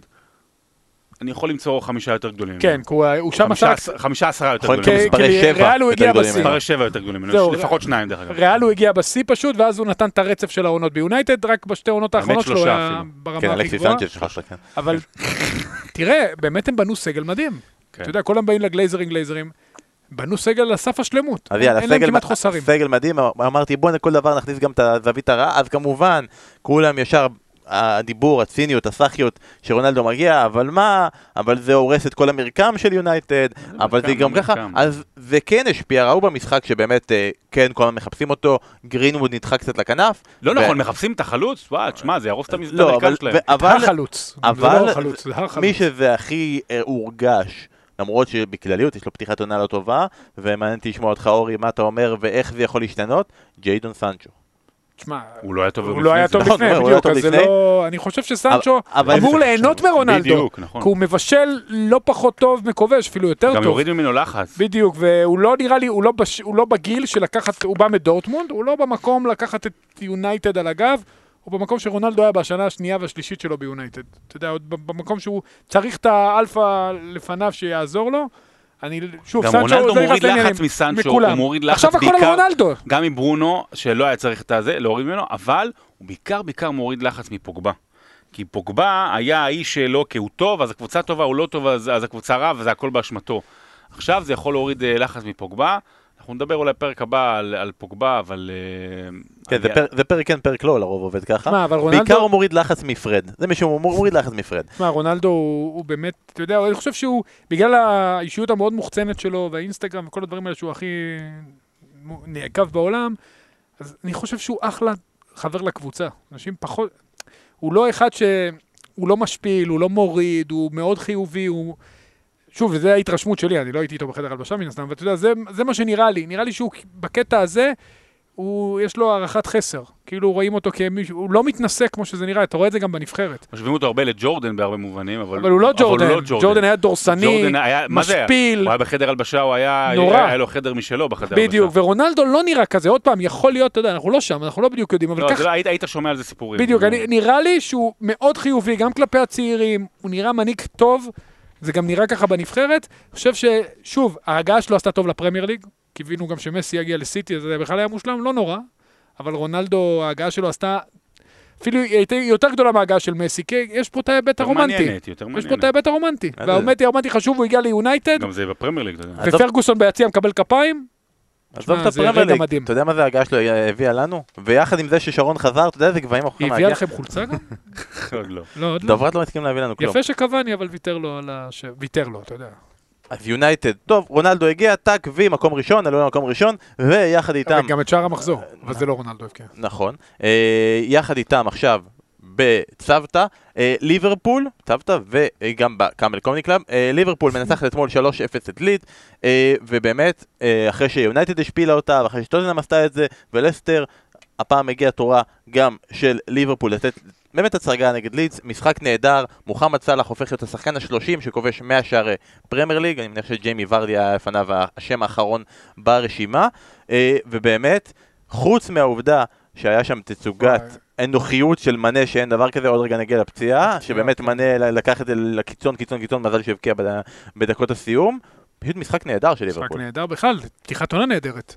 אני יכול למצוא חמישה יותר גדולים. כן, כי הוא- הוא שם חמישה עסק, עשר- חמישה עשרה יותר יכול גדולים. להיות כי- מספרי כי שבע ריאל הוא יותר הגיע גדולים בשיא. ממנו. מספרי שבע יותר גדולים. ממנו. זהו, יש לפחות שניים דרך אגב. ריאל הוא הגיע בשיא פשוט, ואז הוא נתן את הרצף של העונות ביונייטד, רק בשתי העונות האמת, האחרונות שלו שלושה היה אפילו. ברמה כן, הכי אלכסיס גבוהה. סנצ'ז שכחת, כן. אבל תראה, באמת הם בנו סגל מדהים. כן. אתה יודע, כולם באים לגלייזרים, גלייזרים, בנו סגל על סף השלמות. אז יאללה, אין להם סגל, כמעט חוסרים. סגל מדהים, אמרתי בוא כל דבר נכניס גם את הזווית הרעה, אז כמובן, כולם ישר, הדיבור, הציניות, הסחיות, שרונלדו מגיע, אבל מה, אבל זה הורס את כל המרקם של יונייטד, אבל זה מרקם, גם לא ככה, מרקם. אז זה כן השפיע, ראו במשחק שבאמת, אה, כן, כל הזמן מחפשים אותו, גרינווד נדחק קצת לכנף. לא ו- נכון, מחפשים את החלוץ? וואי, תשמע, זה יהרוס את המס- את לא, אבל, המרכז שלהם. ו- אבל, החלוץ. זה אבל לא החלוץ, זה החלוץ. מי שזה הכי אה, הורגש, למרות שבכלליות יש לו פתיחת עונה לא טובה, ומעניין אותי לשמוע אותך אורי, מה אתה אומר ואיך זה יכול להשתנות, ג'יידון סנצ'ו. תשמע, הוא לא היה טוב הוא לפני לא היה זה. טוב נכון, לפני, הוא לא היה בדיוק, טוב אז זה לפני. לא... אני חושב שסנצ'ו אבל- אמור אבל- ליהנות מרונלדו. בדיוק, נכון. כי הוא מבשל לא פחות טוב מכובש, אפילו יותר גם טוב. יוריד ממנו לחץ. בדיוק, והוא לא נראה לי, הוא לא, בש... הוא לא בגיל של לקחת, הוא בא מדורטמונד, הוא לא במקום לקחת את יונייטד על הגב, הוא במקום שרונלדו היה בשנה השנייה והשלישית שלו ביונייטד. אתה יודע, עוד במקום שהוא צריך את האלפא לפניו שיעזור לו. אני, שוב, גם סנצ'ו, רונלדו זה נכנס מוריד לעניינים, לחץ מסנצ'ו, מכולם. הוא מוריד לחץ עכשיו הכל בעיקר, על רונלדו. גם מברונו, שלא היה צריך את הזה, להוריד ממנו, אבל הוא בעיקר בעיקר מוריד לחץ מפוגבה. כי פוגבה היה האיש שלו, כי הוא טוב, אז הקבוצה טובה, הוא לא טוב, אז, אז הקבוצה רע, וזה הכל באשמתו. עכשיו זה יכול להוריד אה, לחץ מפוגבה. אנחנו נדבר אולי פרק הבא על, על פוגבה, אבל... אה, כן, זה אני- פר- זה פרק כן, פרק לא, לרוב עובד ככה. מה, אבל רונלדו- בעיקר הוא מוריד לחץ מפרד. זה מישהו, הוא מוריד לחץ מפרד. תשמע, רונלדו הוא, הוא באמת, אתה יודע, אני חושב שהוא, בגלל האישיות המאוד מוחצנת שלו, והאינסטגרם וכל הדברים האלה שהוא הכי נעקב בעולם, אז אני חושב שהוא אחלה חבר לקבוצה. אנשים פחות, הוא לא אחד ש... הוא לא משפיל, הוא לא מוריד, הוא מאוד חיובי, הוא... שוב, זו ההתרשמות שלי, אני לא הייתי איתו בחדר הלבשה מן הסתם, ואתה יודע, זה, זה מה שנראה לי. נראה לי שהוא בקטע הזה, הוא, יש לו הערכת חסר. כאילו רואים אותו כמישהו, הוא לא מתנשא כמו שזה נראה, אתה רואה את זה גם בנבחרת. משווים אותו הרבה לג'ורדן בהרבה מובנים, אבל, אבל הוא לא ג'ורדן, לא ג'ורדן היה דורסני, ג'ורדן היה, מה זה היה? משפיל, הוא היה בחדר הלבשה, הוא היה, נורא. היה לו חדר משלו בחדר הלבשה. בדיוק, ורונלדו לא נראה כזה, עוד פעם, יכול להיות, אתה יודע, אנחנו לא שם, אנחנו לא בדיוק יודעים, אבל לא, ככה, זה לא, היית, היית שומע על זה סיפורים. בדיוק, זה- אני, נראה לי שהוא מאוד חיובי, גם כלפי הצעירים, הוא נראה מנהיג טוב, זה גם נראה ככה בנבחרת, אני חושב ששוב, ההגעה שלו עשתה טוב לפרמייר ליג, קיווינו גם שמסי יגיע לסיטי, אז זה בכלל היה מושלם, לא נורא, אבל רונלדו, ההגעה שלו עשתה, אפילו היא הייתה יותר גדולה מההגעה של מסי, כי יש פה את ההיבט יותר הרומנטי. מעניינת, יותר יש מעניינת. פה את ההיבט הרומנטי, מה זה? וההיבט הרומנטי חשוב, הוא הגיע ליונייטד, גם זה בפרמייר ליג, אתה יודע. עזוב- ופרגוסון ביציע מקבל כפיים, עזוב את זה הפרמייר רגע ליג, מדהים. אתה יודע מה זה ההגעה שלו הביאה לנו? ויחד עם זה ששרון חזר, אתה יודע איזה גבהים אנחנו היא יכולים הביאה להגיע? לכם חולצה גם? עוד לא. לא, עוד לא. דוברת לא מסכים להביא לנו כלום. יפה שקוואני, אבל ויתר לו על הש... ויתר לו, אתה יודע. אז יונייטד, טוב, רונלדו הגיע, טאק וי, מקום ראשון, עלו למקום ראשון, ויחד איתם, אבל גם את שער המחזור, אבל זה לא רונלדו הבקיע. נכון, אה, יחד איתם עכשיו בצוותא, אה, ליברפול, צוותא וגם בקאמל קומני קלאב, אה, ליברפול מנצחת אתמול שלוש אפס את ליד, אה, ובאמת, אה, אחרי שיונייטד השפילה אותה, ואחרי שטוטנהאם עשתה את זה, ולסטר, הפעם הגיעה תורה גם של ליברפול לתת באמת הצגה נגד לידס, משחק נהדר, מוחמד סלאח הופך להיות השחקן השלושים שכובש מאה שערי פרמייר ליג, אני מניח שג'יימי ורדי היה לפניו השם האחרון ברשימה, אה, ובאמת, חוץ מהעובדה שהיה שם תצוגת אנוכיות של מנה שאין דבר כזה, עוד רגע נגיע לפציעה, שבאמת מנה לקח את זה לקיצון, קיצון, קיצון, מזל שהבקיע בד- בדקות הסיום, פשוט משחק נהדר של משחק ליברפול. נהדר בכלל, פתיחת עונה נהדרת.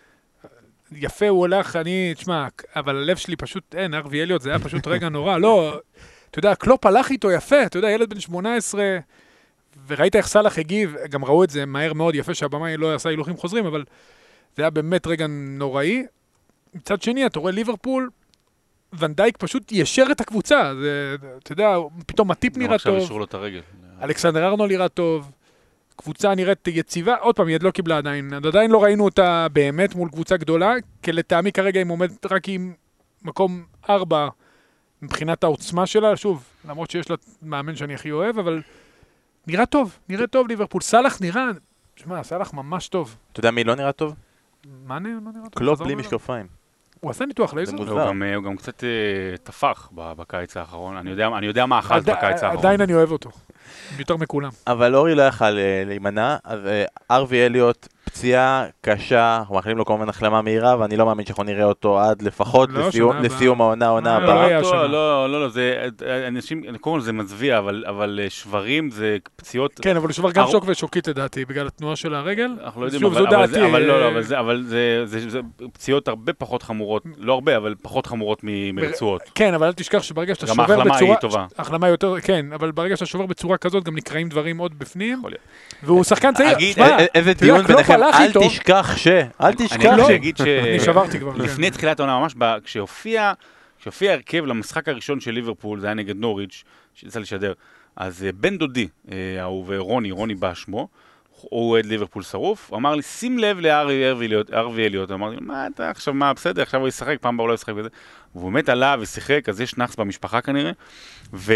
יפה, הוא הולך, אני, תשמע, אבל הלב שלי פשוט, אין, ארווי אליוט, זה היה פשוט רגע נורא, לא, אתה יודע, קלופ הלך איתו יפה, אתה יודע, ילד בן שמונה עשרה, וראית איך סלאח הגיב, גם ראו את זה מהר מאוד, יפה שהבמה לא עשה הילוכים חוזרים, אבל זה היה באמת רגע נוראי. מצד שני, אתה רואה ליברפול, ונדייק פשוט ישר את הקבוצה, זה, אתה יודע, פתאום הטיפ גם נראה עכשיו טוב, אישרו לו את הרגל. אלכסנדר ארנולד נראה טוב, קבוצה נראית יציבה, עוד פעם, היא עוד לא קיבלה עדיין, עדיין לא ראינו אותה באמת מול קבוצה גדולה, כי לטעמי כרגע היא עומדת רק עם מקום ארבע מבחינת העוצמה שלה, שוב, למרות שיש לה מאמן שאני הכי אוהב, אבל נראה טוב, נראה טוב ליברפול. סלאח נראה, שמע, סלאח ממש טוב. אתה יודע מי לא נראה טוב? מה נראה, לא נראה טוב? קלופ בלי משקפיים. הוא עשה ניתוח לייזר? מוזר. הוא גם, הוא גם קצת אה, תפח ב- בקיץ האחרון, אני יודע, אני יודע מה אכלת עד- בקיץ האחרון. עדיין אני אוהב אותו, יותר מכולם. אבל אורי לא יכל אה, להימנע, אז אה, ארווי אליוט, פציעה קשה, אנחנו מאחלים לו כמובן החלמה מהירה, ואני לא מאמין שאנחנו נראה אותו עד לפחות לא, לסיום, שנה הבאה. לסיום העונה, העונה לא, לא הבאה. היה לא, השנה. לא, לא, לא, זה, אנשים, קודם כל זה מזוויע, אבל, אבל אה, שברים זה פציעות, כן, אבל הוא שבר גם הר- שוק ושוקית לדעתי, בגלל התנועה של הרגל. אנחנו לא יודעים, שוב, אבל, זו אבל, דעתי. זה, אבל לא, לא, אה, אבל, זה, אבל זה, זה, זה פציעות הרבה פחות חמורות, לא הרבה, אבל פחות חמורות מ- מרצועות. כן, אבל אל תשכח שברגע שאתה גם שובר ההחלמה בצורה... היא טובה. החלמה יותר, כן, אבל ברגע שאתה שובר בצורה כזאת, גם נקראים דברים עוד בפנים, יכול להיות. והוא שחקן צעיר. אגיד, שמע, א- א- איזה אתה יודע, דיון קלופ ביניכם, הלך אל איתו. תשכח ש... אל אני תשכח רק ש... אגיד ש... אני שברתי כבר. לפני תחילת העונה ממש, ב- כשהופיע, כשהופיע הרכב למשחק הראשון של ליברפול, זה היה נגד נוריץ', שיצא לשדר, אז אה, בן דודי, אה, אהוב רוני, רוני בא שמו, הוא אוהד ליברפול שרוף, הוא אמר לי, שים לב לארווי אליוט, אמרתי, מה אתה עכשיו, מה, בסדר, עכשיו הוא ישחק, פעם בה הוא לא ישחק וזה, והוא באמת עלה ושיחק, אז יש נחס במשפחה כנראה, ו...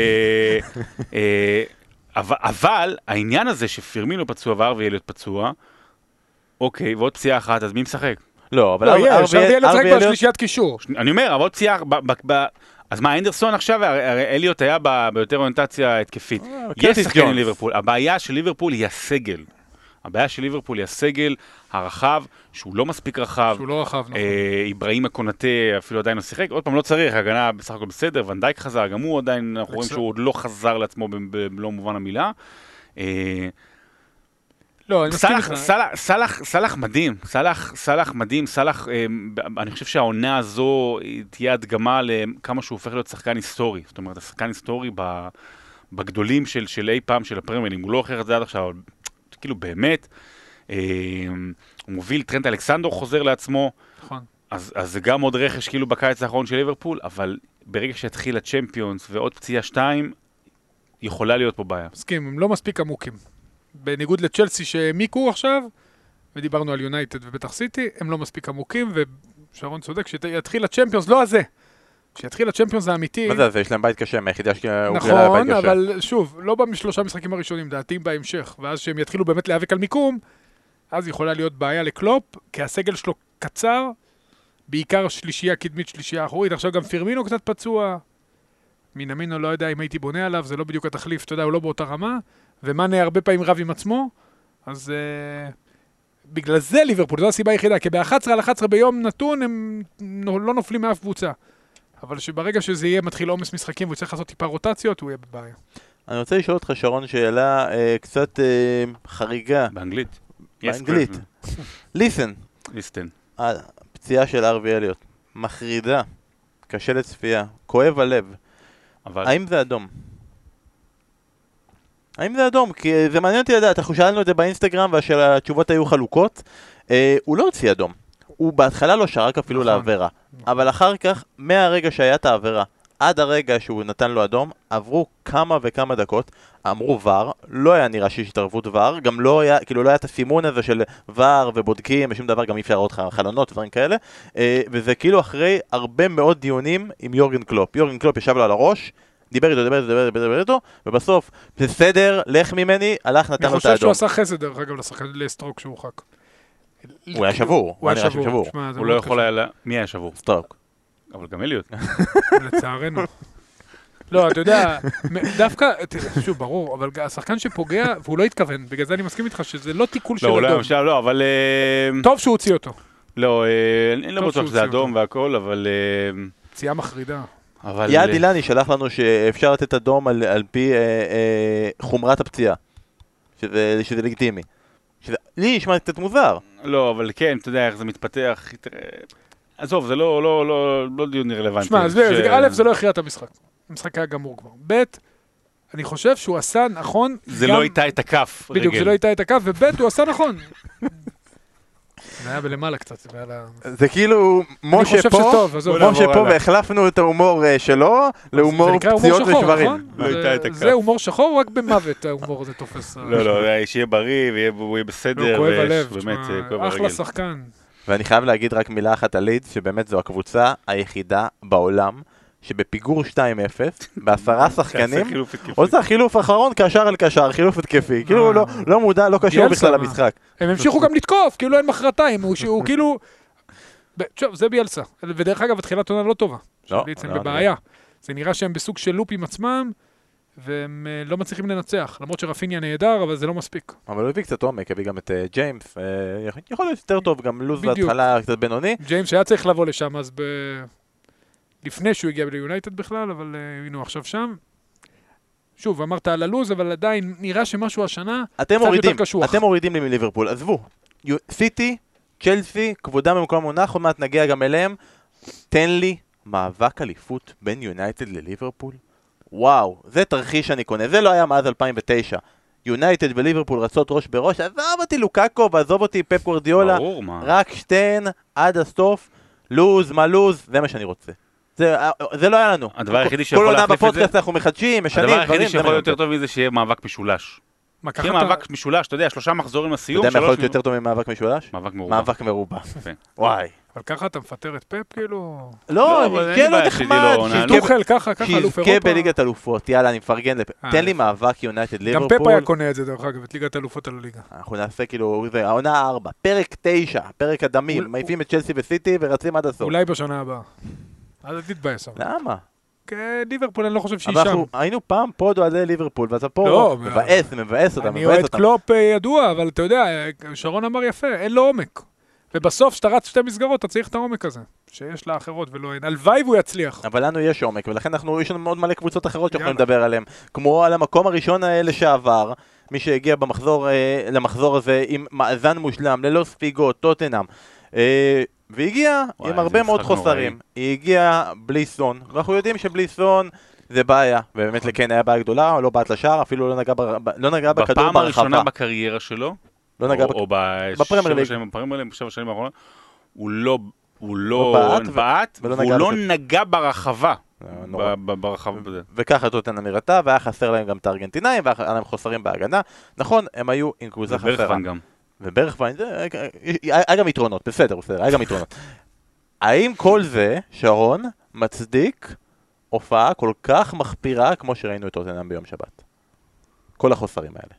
אה, אבל, אבל העניין הזה שפירמינו פצוע וארווי אליוט פצוע, אוקיי, ועוד פציעה אחת, אז מי משחק? לא, אבל לא, ארווי יהיה, אפשר יהיה לשחק ארווי אליוט... בשלישיית קישור. אני אומר, אבל עוד פציעה, ב- ב- ב- אז מה, אנדרסון עכשיו, הרי הרי אליוט היה ב- ביותר אוריינטציה התקפית. אה, יש קרטיס שחקנים ג'ונס. ליברפול, הבעיה של ליברפול היא הסגל. הבעיה של ליברפול היא הסגל הרחב, שהוא לא מספיק רחב. שהוא לא רחב, נכון. אה, איברהים הקונטה אפילו עדיין לא שיחק, עוד פעם לא צריך, הגנה בסך הכל בסדר, ונדייק חזר, גם הוא עדיין, אנחנו רואים בסדר. שהוא עוד לא חזר לעצמו במלוא מובן המילה. אה, לא, אני מסכים סלח, איתך. סלח, סלח, סלח מדהים, סלח, סלח מדהים, סלח, אה, אני חושב שהעונה הזו תהיה הדגמה לכמה שהוא הופך להיות שחקן היסטורי, זאת אומרת, השחקן היסטורי ב, בגדולים של, של אי פעם של הפרמייר ליג, הוא לא הוכיח את זה עד עכשיו, אבל כאילו באמת, אה, הוא מוביל, טרנט אלכסנדור חוזר לעצמו, נכון. אז, אז זה גם עוד רכש כאילו בקיץ האחרון של ליברפול, אבל ברגע שהתחיל הצ'מפיונס ועוד פציעה שתיים, יכולה להיות פה בעיה. מסכים, הם לא מספיק עמוקים. בניגוד לצ'לסי שהעמיקו עכשיו, ודיברנו על יונייטד ובטח סיטי, הם לא מספיק עמוקים, ושרון צודק, שיתחיל הצ'מפיונס, לא הזה. כשיתחיל הצ'מפיונס האמיתי... מה זה זה? יש להם בית קשה, מהיחידה שהוגרלה בית נכון, קשה. אבל שוב, לא בשלושה משחקים הראשונים, דעתי בהמשך, ואז שהם יתחילו באמת להיאבק על מיקום, אז יכולה להיות בעיה לקלופ, כי הסגל שלו קצר, בעיקר שלישייה קדמית, שלישייה אחורית, עכשיו גם פירמינו קצת פצוע, מינמינו לא יודע אם הייתי בונה עליו, זה לא בדיוק התחליף, אתה יודע, הוא לא באותה רמה, ומאנה הרבה פעמים רב עם עצמו, אז uh, בגלל זה ליברפול, זו הסיבה היחידה, כי ב-אחת עשרה על אחת עשרה ביום נתון הם לא נופלים מאף קבוצה. אבל שברגע שזה יהיה מתחיל עומס משחקים והוא צריך לעשות טיפה רוטציות, הוא יהיה בבעיה. אני רוצה לשאול אותך, שרון, שאלה אה, קצת אה, חריגה. באנגלית. באנגלית. ליסן, ליסטן. הפציעה של ארווי אליוט, מחרידה, קשה לצפייה, כואב הלב. אבל... האם זה אדום? האם זה אדום? כי זה מעניין אותי לדעת, אנחנו שאלנו את זה באינסטגרם והתשובות היו חלוקות. אה, הוא לא הוציא אדום. הוא בהתחלה לא שרק אפילו נכון. לעבירה. אבל אחר כך, מהרגע שהיה את העבירה, עד הרגע שהוא נתן לו אדום, עברו כמה וכמה דקות, אמרו ור, לא היה נראה שיש התערבות ור, גם לא היה, כאילו לא היה את הסימון הזה של ור ובודקים ושום דבר, גם אי אפשר לראות חלונות ודברים כאלה, אה, וזה כאילו אחרי הרבה מאוד דיונים עם יורגן קלופ. יורגן קלופ ישב לו על הראש, דיבר איתו, דיבר איתו, דיבר איתו, דיבר איתו, ובסוף, בסדר, לך ממני, הלך, נתן אני לו את חושב שהוא האדום. עשה חסד, דרך אגב, לשחקן לסטרוק שהוא חק. הוא היה שבור, הוא היה נראה שהוא שבור. שבור. שמע, זה הוא לא מאוד יכול קשה. היה... לה- מי היה שבור? סטרוק. אבל גם אליוט. לצערנו. לא, אתה יודע, דווקא, שוב, ברור, אבל השחקן שפוגע, והוא לא התכוון, בגלל זה אני מסכים איתך שזה לא תיקול של לא, הוא לא אדום. היה משל, לא, אבל... אה, טוב שהוא הוציא אותו. לא, אה, אני לא טוב בטוח שהוא שזה הוציא אדום אותו. והכל, אבל... אה, פציעה מחרידה. אבל... יעד אילני שלח לנו שאפשר לתת אדום על, על פי אה, אה, חומרת הפציעה, שזה, שזה לגיטימי. שזה, לי נשמע קצת מוזר. לא, אבל כן, אתה יודע איך זה מתפתח. תראה, עזוב, זה לא, לא, לא, לא דיון רלוונטי. שמע, אז ש- א', זה לא הכריע את המשחק. המשחק היה גמור כבר. ב', אני חושב שהוא עשה נכון. זה גם- לא איתה את הכף, בדיוק, רגל. זה לא איתה את הקו, וב', הוא עשה נכון. זה היה בלמעלה קצת, זה היה לה... זה כאילו, אני משה חושב פה, שטוב, עזוב. משה פה, והחלפנו את ההומור אה, שלו להומור פציעות ושברים. נכון? לא איתה את זה- הכף. זה הומור שחור, רק במוות ההומור הזה תופס. לא, לא, שיהיה בריא ויהיה בסדר. לא, כואב ויש- הלב, באמת, תשמע, כואב אחלה הרגל. שחקן. ואני חייב להגיד רק מילה אחת על לידס, שבאמת זו הקבוצה היחידה בעולם, שבפיגור שתיים אפס, בעשרה שחקנים, תעשה חילוף התקפי. עושה חילוף אחרון, קשר על קשר, חילוף התקפי. כאילו לא- לא מודע, לא קשור ביאלסה, בכלל מה? למשחק. הם המשיכו גם לתקוף, כאילו אין מחרתיים, הוא שהוא כאילו... ב- טוב, זה ביאלסה. ודרך אגב, התחילת עונה לא טובה. לא, לידס הם לא, בבעיה. זה נראה שהם בסוג של לופ עם עצמם, והם אה, לא מצליחים לנצח. למרות שרפיניה נהדר, אבל זה לא מספיק. אבל הוא הביא קצת עומק, הביא גם את אה, ג'יימס, אה, יכול- יכול להיות יותר טוב, גם לוז בדיוק. להתחלה קצת בינוני. ג'יימס שהיה צריך לבוא לשם אז ב... לפני שהוא הגיע ליונייטד בכלל, אבל uh, הנה הוא עכשיו שם. שוב, אמרת על הלוז, אבל עדיין נראה שמשהו השנה אתם קצת מורידים, יותר קשוח. אתם מורידים לי מליברפול, עזבו. יו- סיטי, צ'לסי, כבודם במקום מונח, עוד מעט נגיע גם אליהם. תן לי מאבק אליפות בין יונייטד לליברפול. וואו, זה תרחיש אני קונה, זה לא היה מאז אלפיים ותשע. יונייטד וליברפול רצות ראש בראש, עזוב אותי לוקאקו ועזוב אותי פפ גוארדיולה. ברור, מה. רק שתיהן עד הסוף, לוז, מה לוז, זה מה שאני רוצה. זה, זה לא היה לנו. הדבר היחידי כל שיכול עונה להחליף את זה, בפודקאסט אנחנו מחדשים, משנים, הדבר דברים, היחידי זה מה שיכול אני יותר רוצה. טוב מזה שיהיה מאבק משולש. מה, ככה שיהיה אתה... מאבק משולש, אתה יודע, שלושה מחזורים אתה לסיום, יודע מה יכול שלוש... להיות יותר טוב ממאבק משולש? מאבק מרובע. מאבק מרובע. יפה. וואי. אבל ככה אתה מפטר את פפ, כאילו... לא, אבל אין לי כן, לא בעיה שתדעי נחמד, לו, שיזכה- טוחל, ככה, ככה, אלוף שיזכה אירופה. בליגת אלופות, יאללה, אני מפרגן, לפ- אה, תן לי יפה. מאבק יונייטד גם ליברפול. פפ היה קונה את זה, דרך אגב, את ליגת האלופות על הליגה. אנחנו נעשה כאילו, זה, העונה ארבע, פרק תשע, פרק הדמים, אול- מעיפים את צ'לסי וסיטי ורצים עד הסוף. אולי בשנה הבאה. אז תתבאס. אבל. למה? כן, ליברפול, אני לא חושב שהיא אבל שם. אנחנו היינו פעם פוד אוהדי ליברפול, ואתה פה לא, מבאס, מבאס אותם, אני מבאס אוהד אותם. קלופ אה, ידוע, אבל אתה יודע, אה, שרון אמר יפה, אין לו עומק. ובסוף, כשאתה רץ שתי מסגרות, אתה צריך את העומק הזה, שיש לה אחרות ולא אין. הלוואי והוא יצליח. אבל לנו יש עומק, ולכן אנחנו, יש לנו מאוד מלא קבוצות אחרות שאנחנו יאללה. נדבר עליהן. כמו על המקום הראשון האלה שעבר, מי שהגיע במחזור, אה, למחזור הזה עם מאזן מושלם, ללא ספיגות, טוטנהאם. אה, והגיע וואי, עם זה הרבה מאוד משחק חוסרים. היא הגיעה בלי סון, ואנחנו יודעים שבלי סון זה בעיה. ובאמת לקן היה בעיה גדולה, הוא לא בעט לשער, אפילו לא נגע, בר... לא נגע בכדור בפעם ברחבה. הראשונה בקריירה שלו, לא נגע או- בק- או בפרמייר ליג. בשבע שנים, בפרמייר ליג, בשבע שנים האחרונות, הוא לא... הוא לא לא בעט ו- בעט, ולא והוא נגע לא בכדור. נגע ברחבה. אה, נורא. ב- ב- ברחבה בזה. וככה טוטנהאם נראתה, והיה חסר להם גם את הארגנטינאים, והיה להם חוסרים בהגנה. נכון, הם היו עם קבוצה חסרה. וברכוון גם. וברכוון, זה, היה גם יתרונות, בסדר, בסדר, היה גם יתרונות. האם כל זה, שרון, מצדיק הופעה כל כך מחפירה כמו שראינו את טוטנהאם ביום שבת? כל החוסרים האלה.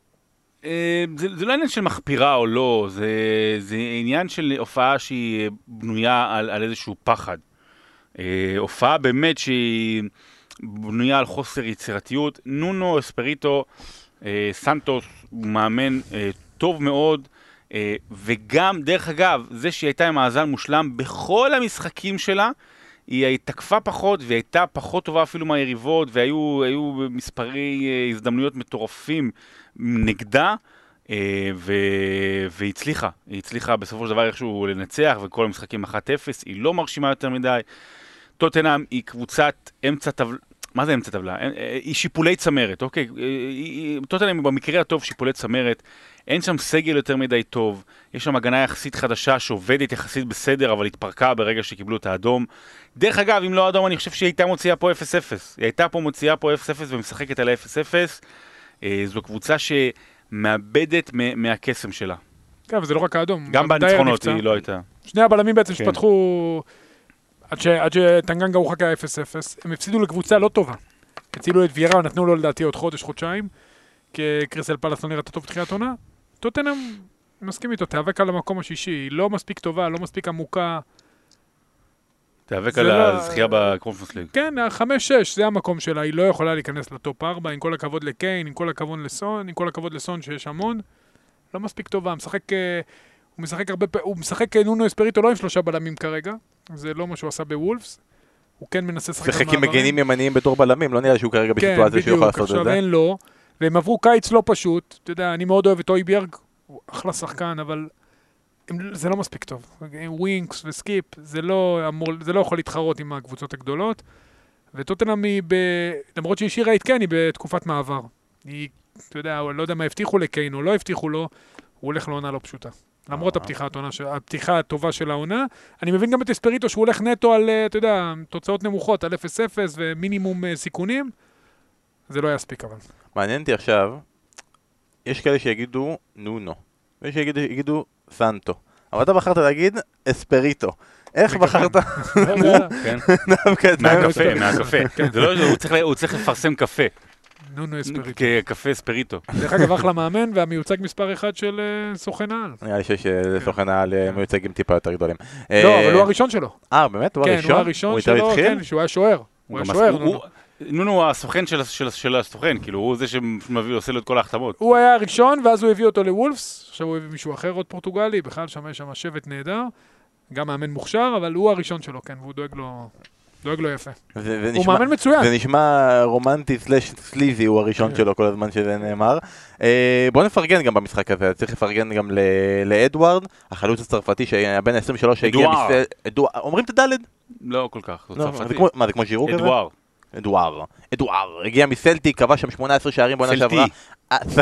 אה, זה, זה לא עניין של מחפירה או לא, זה, זה עניין של הופעה שהיא בנויה על, על איזשהו פחד. אה, הופעה באמת שהיא בנויה על חוסר יצירתיות. נונו אספריטו, אה, סנטוס, הוא מאמן אה, טוב מאוד, אה, וגם, דרך אגב, זה שהיא הייתה עם מאזן מושלם בכל המשחקים שלה, היא תקפה פחות והיא הייתה פחות טובה אפילו מהיריבות, והיו היו מספרי אה, הזדמנויות מטורפים נגדה, אה, ו... והיא הצליחה, היא הצליחה בסופו של דבר איכשהו לנצח, וכל המשחקים אחת אפס, היא לא מרשימה יותר מדי. טוטנהאם היא קבוצת אמצע טבלה, מה זה אמצע טבלה? היא שיפולי צמרת, אוקיי? טוטנהאם במקרה הטוב שיפולי צמרת, אין שם סגל יותר מדי טוב, יש שם הגנה יחסית חדשה שעובדת יחסית בסדר, אבל התפרקה ברגע שקיבלו את האדום. דרך אגב, אם לא האדום, אני חושב שהיא הייתה מוציאה פה אפס אפס. היא הייתה פה מוציאה פה אפס אפס ומשחקת על אפס אפס. זו קבוצה שמאבדת מהקסם שלה. כן, וזה לא רק האדום. גם בניצחונות היא לא הייתה. שני הבלמים בעצם כן. שפתחו, עד ש- עד שטנגנגה הורחק היה אפס אפס, הם הפסידו לקבוצה לא טובה. הצילו את ויירה, נתנו לו לדעתי עוד חודש, חודשיים, כי קריסטל פלאס לא נראתה טוב בתחילת עונה. טוטנהאם, מסכים איתו, תיאבק על המקום השישי, היא לא מספיק טובה, לא מספיק עמוקה. תיאבק זה על לא- הזכייה בקונפרנס ליג. כן, חמש שש, זה המקום שלה, היא לא יכולה להיכנס לטופ ארבע, עם כל הכבוד לקיין, עם כל הכבוד לסון, עם כל הכבוד לסון שיש המון. לא מספיק טובה, משחק, אה, הוא משחק הרבה, פ- הוא משחק אה, נונו אספריטו לא עם שלושה בלמים כרגע, זה לא מה שהוא עשה בוולפס, הוא כן מנסה לשחק שיחק עם מגנים ימניים בתור בלמים, לא נראה שהוא כרגע כן, בסיטואציה שהוא יכול בדיוק, לעשות את עכשיו זה. אין לו, והם עברו קיץ לא פשוט, אתה יודע, אני מאוד אוהב את אויביארג, הוא אחלה שחקן, אבל הם, זה לא מספיק טוב. ווינקס וסקיפ, זה לא, אמור, זה לא יכול להתחרות עם הקבוצות הגדולות, וטוטנהאם היא, ב, למרות שהיא השאירה את קן, היא בתקופת מעבר. היא, אתה יודע, לא יודע מה הבטיחו לקיין או לא הבטיחו לו, הוא הולך לעונה לא פשוטה. למרות הפתיחה הטובה של- הפתיחה הטובה של העונה. אני מבין גם את אספריטו שהוא הולך נטו על, אה, אתה יודע, תוצאות נמוכות, על אפס אפס ומינימום אה, סיכונים. זה לא יספיק אבל. מעניין אותי עכשיו, יש כאלה שיגידו נונו, ויש שיגידו שיגידו סנטו, אבל אתה בחרת להגיד אספריטו. איך בחרת? לא יודע. כן? דווקא את מהקפה, זה? מהקפה. זה לא, הוא צריך ל- הוא צריך לפרסם קפה. נונו אספריטו. כקפה אספריטו. דרך אגב, אחלה מאמן והמיוצג מספר אחד של אה, סוכן העל. נראה לי שיש אה, סוכן העל אה, מיוצגים טיפה יותר גדולים. לא, אה, אבל הוא הראשון שלו. אה, באמת? הוא כן, הראשון? הוא הראשון הוא איתו שלו, התחיל? כן, שהוא היה שוער. הוא היה גם שוער, הוא- נונו. הוא- נונו הוא הסוכן של- של- של הסוכן, כאילו הוא זה שמביא, עושה לו את כל ההחתמות. הוא היה הראשון, ואז הוא הביא אותו לוולפס, עכשיו הוא הביא מישהו אחר, עוד פורטוגלי, בכלל שם יש שם שבט נהדר, גם מאמן מוכשר, אבל הוא הראשון שלו, כן, והוא דואג לו, דואג לו יפה. זה- זה הוא נשמע- מאמן מצוין. זה נשמע רומנטי סלש סליזי, הוא הראשון כן. שלו כל הזמן שזה נאמר. אה, בוא נפרגן גם במשחק הזה, צריך לפרגן גם ל- לאדוארד, החלוץ הצרפתי שהיה בן עשרים ושלוש שהגיע... אדואר. מסל- אדואר. אומרים את הדלת? לא כל כך, הוא לא, זה צרפתי. כמו- מה זה כמו ז'ירו כזה? אדואר. אדואר. אדואר. הגיע מסלטי, כבש שם שמונה עשרה שערים בעונה סלטי. שעברה. עשה-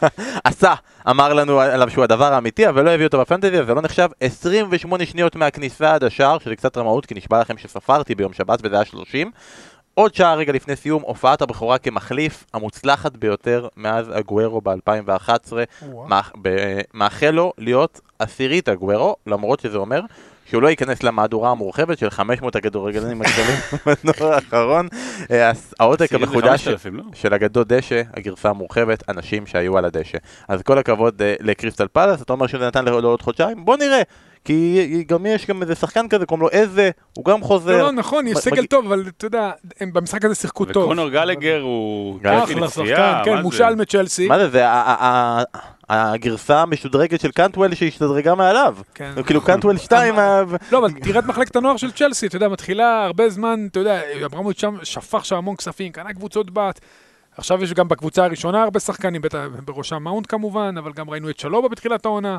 עשה, אמר לנו עליו שהוא הדבר האמיתי, אבל לא הביא אותו בפנטזי, אז זה לא נחשב. עשרים ושמונה שניות מהכניסה עד השער, שזה קצת רמאות, כי נשבע לכם שספרתי ביום שבת וזה היה שלושים. עוד שעה רגע לפני סיום, הופעת הבכורה כמחליף, המוצלחת ביותר מאז אגוארו ב-אלפיים ואחת עשרה. וואו. מאח- ב- מאחל לו להיות עשירית אגוארו, למרות שזה אומר שהוא לא ייכנס למהדורה המורחבת של חמש מאות הכדורגלנים הגדולים בנוער האחרון. אה, הס- העותק עשירית זה המחודש חמשת אלפים, לא? של אגדות דשא, הגרסה המורחבת, אנשים שהיו על הדשא. אז כל הכבוד אה, לקריסטל פלאס, אתה אומר שזה נתן לו עוד חודשיים? בוא נראה. כי גם יש גם איזה שחקן כזה, קוראים לו איזה, הוא גם חוזר. לא, לא, נכון, יש מ- סגל מגיע- טוב, אבל אתה יודע, הם במשחק הזה שיחקו טוב. וקונור גלגר הוא... גלגר. כיפי אחלה לצפייה, שחקן, כן, מה זה? מושל מצ'לסי. מה זה, זה ה- ה- ה- הגרסה המשודרגת של קנטוול שהשתדרגה מעליו. כן. כאילו קנטוול שתיים, ה- לא, אבל תראה את מחלקת הנוער של צ'לסי, אתה יודע, מתחילה הרבה זמן, אתה יודע, אברמוביץ' שם שפך שם המון כספים, קנה קבוצות בת. עכשיו יש גם בקבוצה הראשונה הרבה שחקנים, בטח- בראשם מאונט כמובן, אבל גם ראינו את שלובה בתחילת העונה,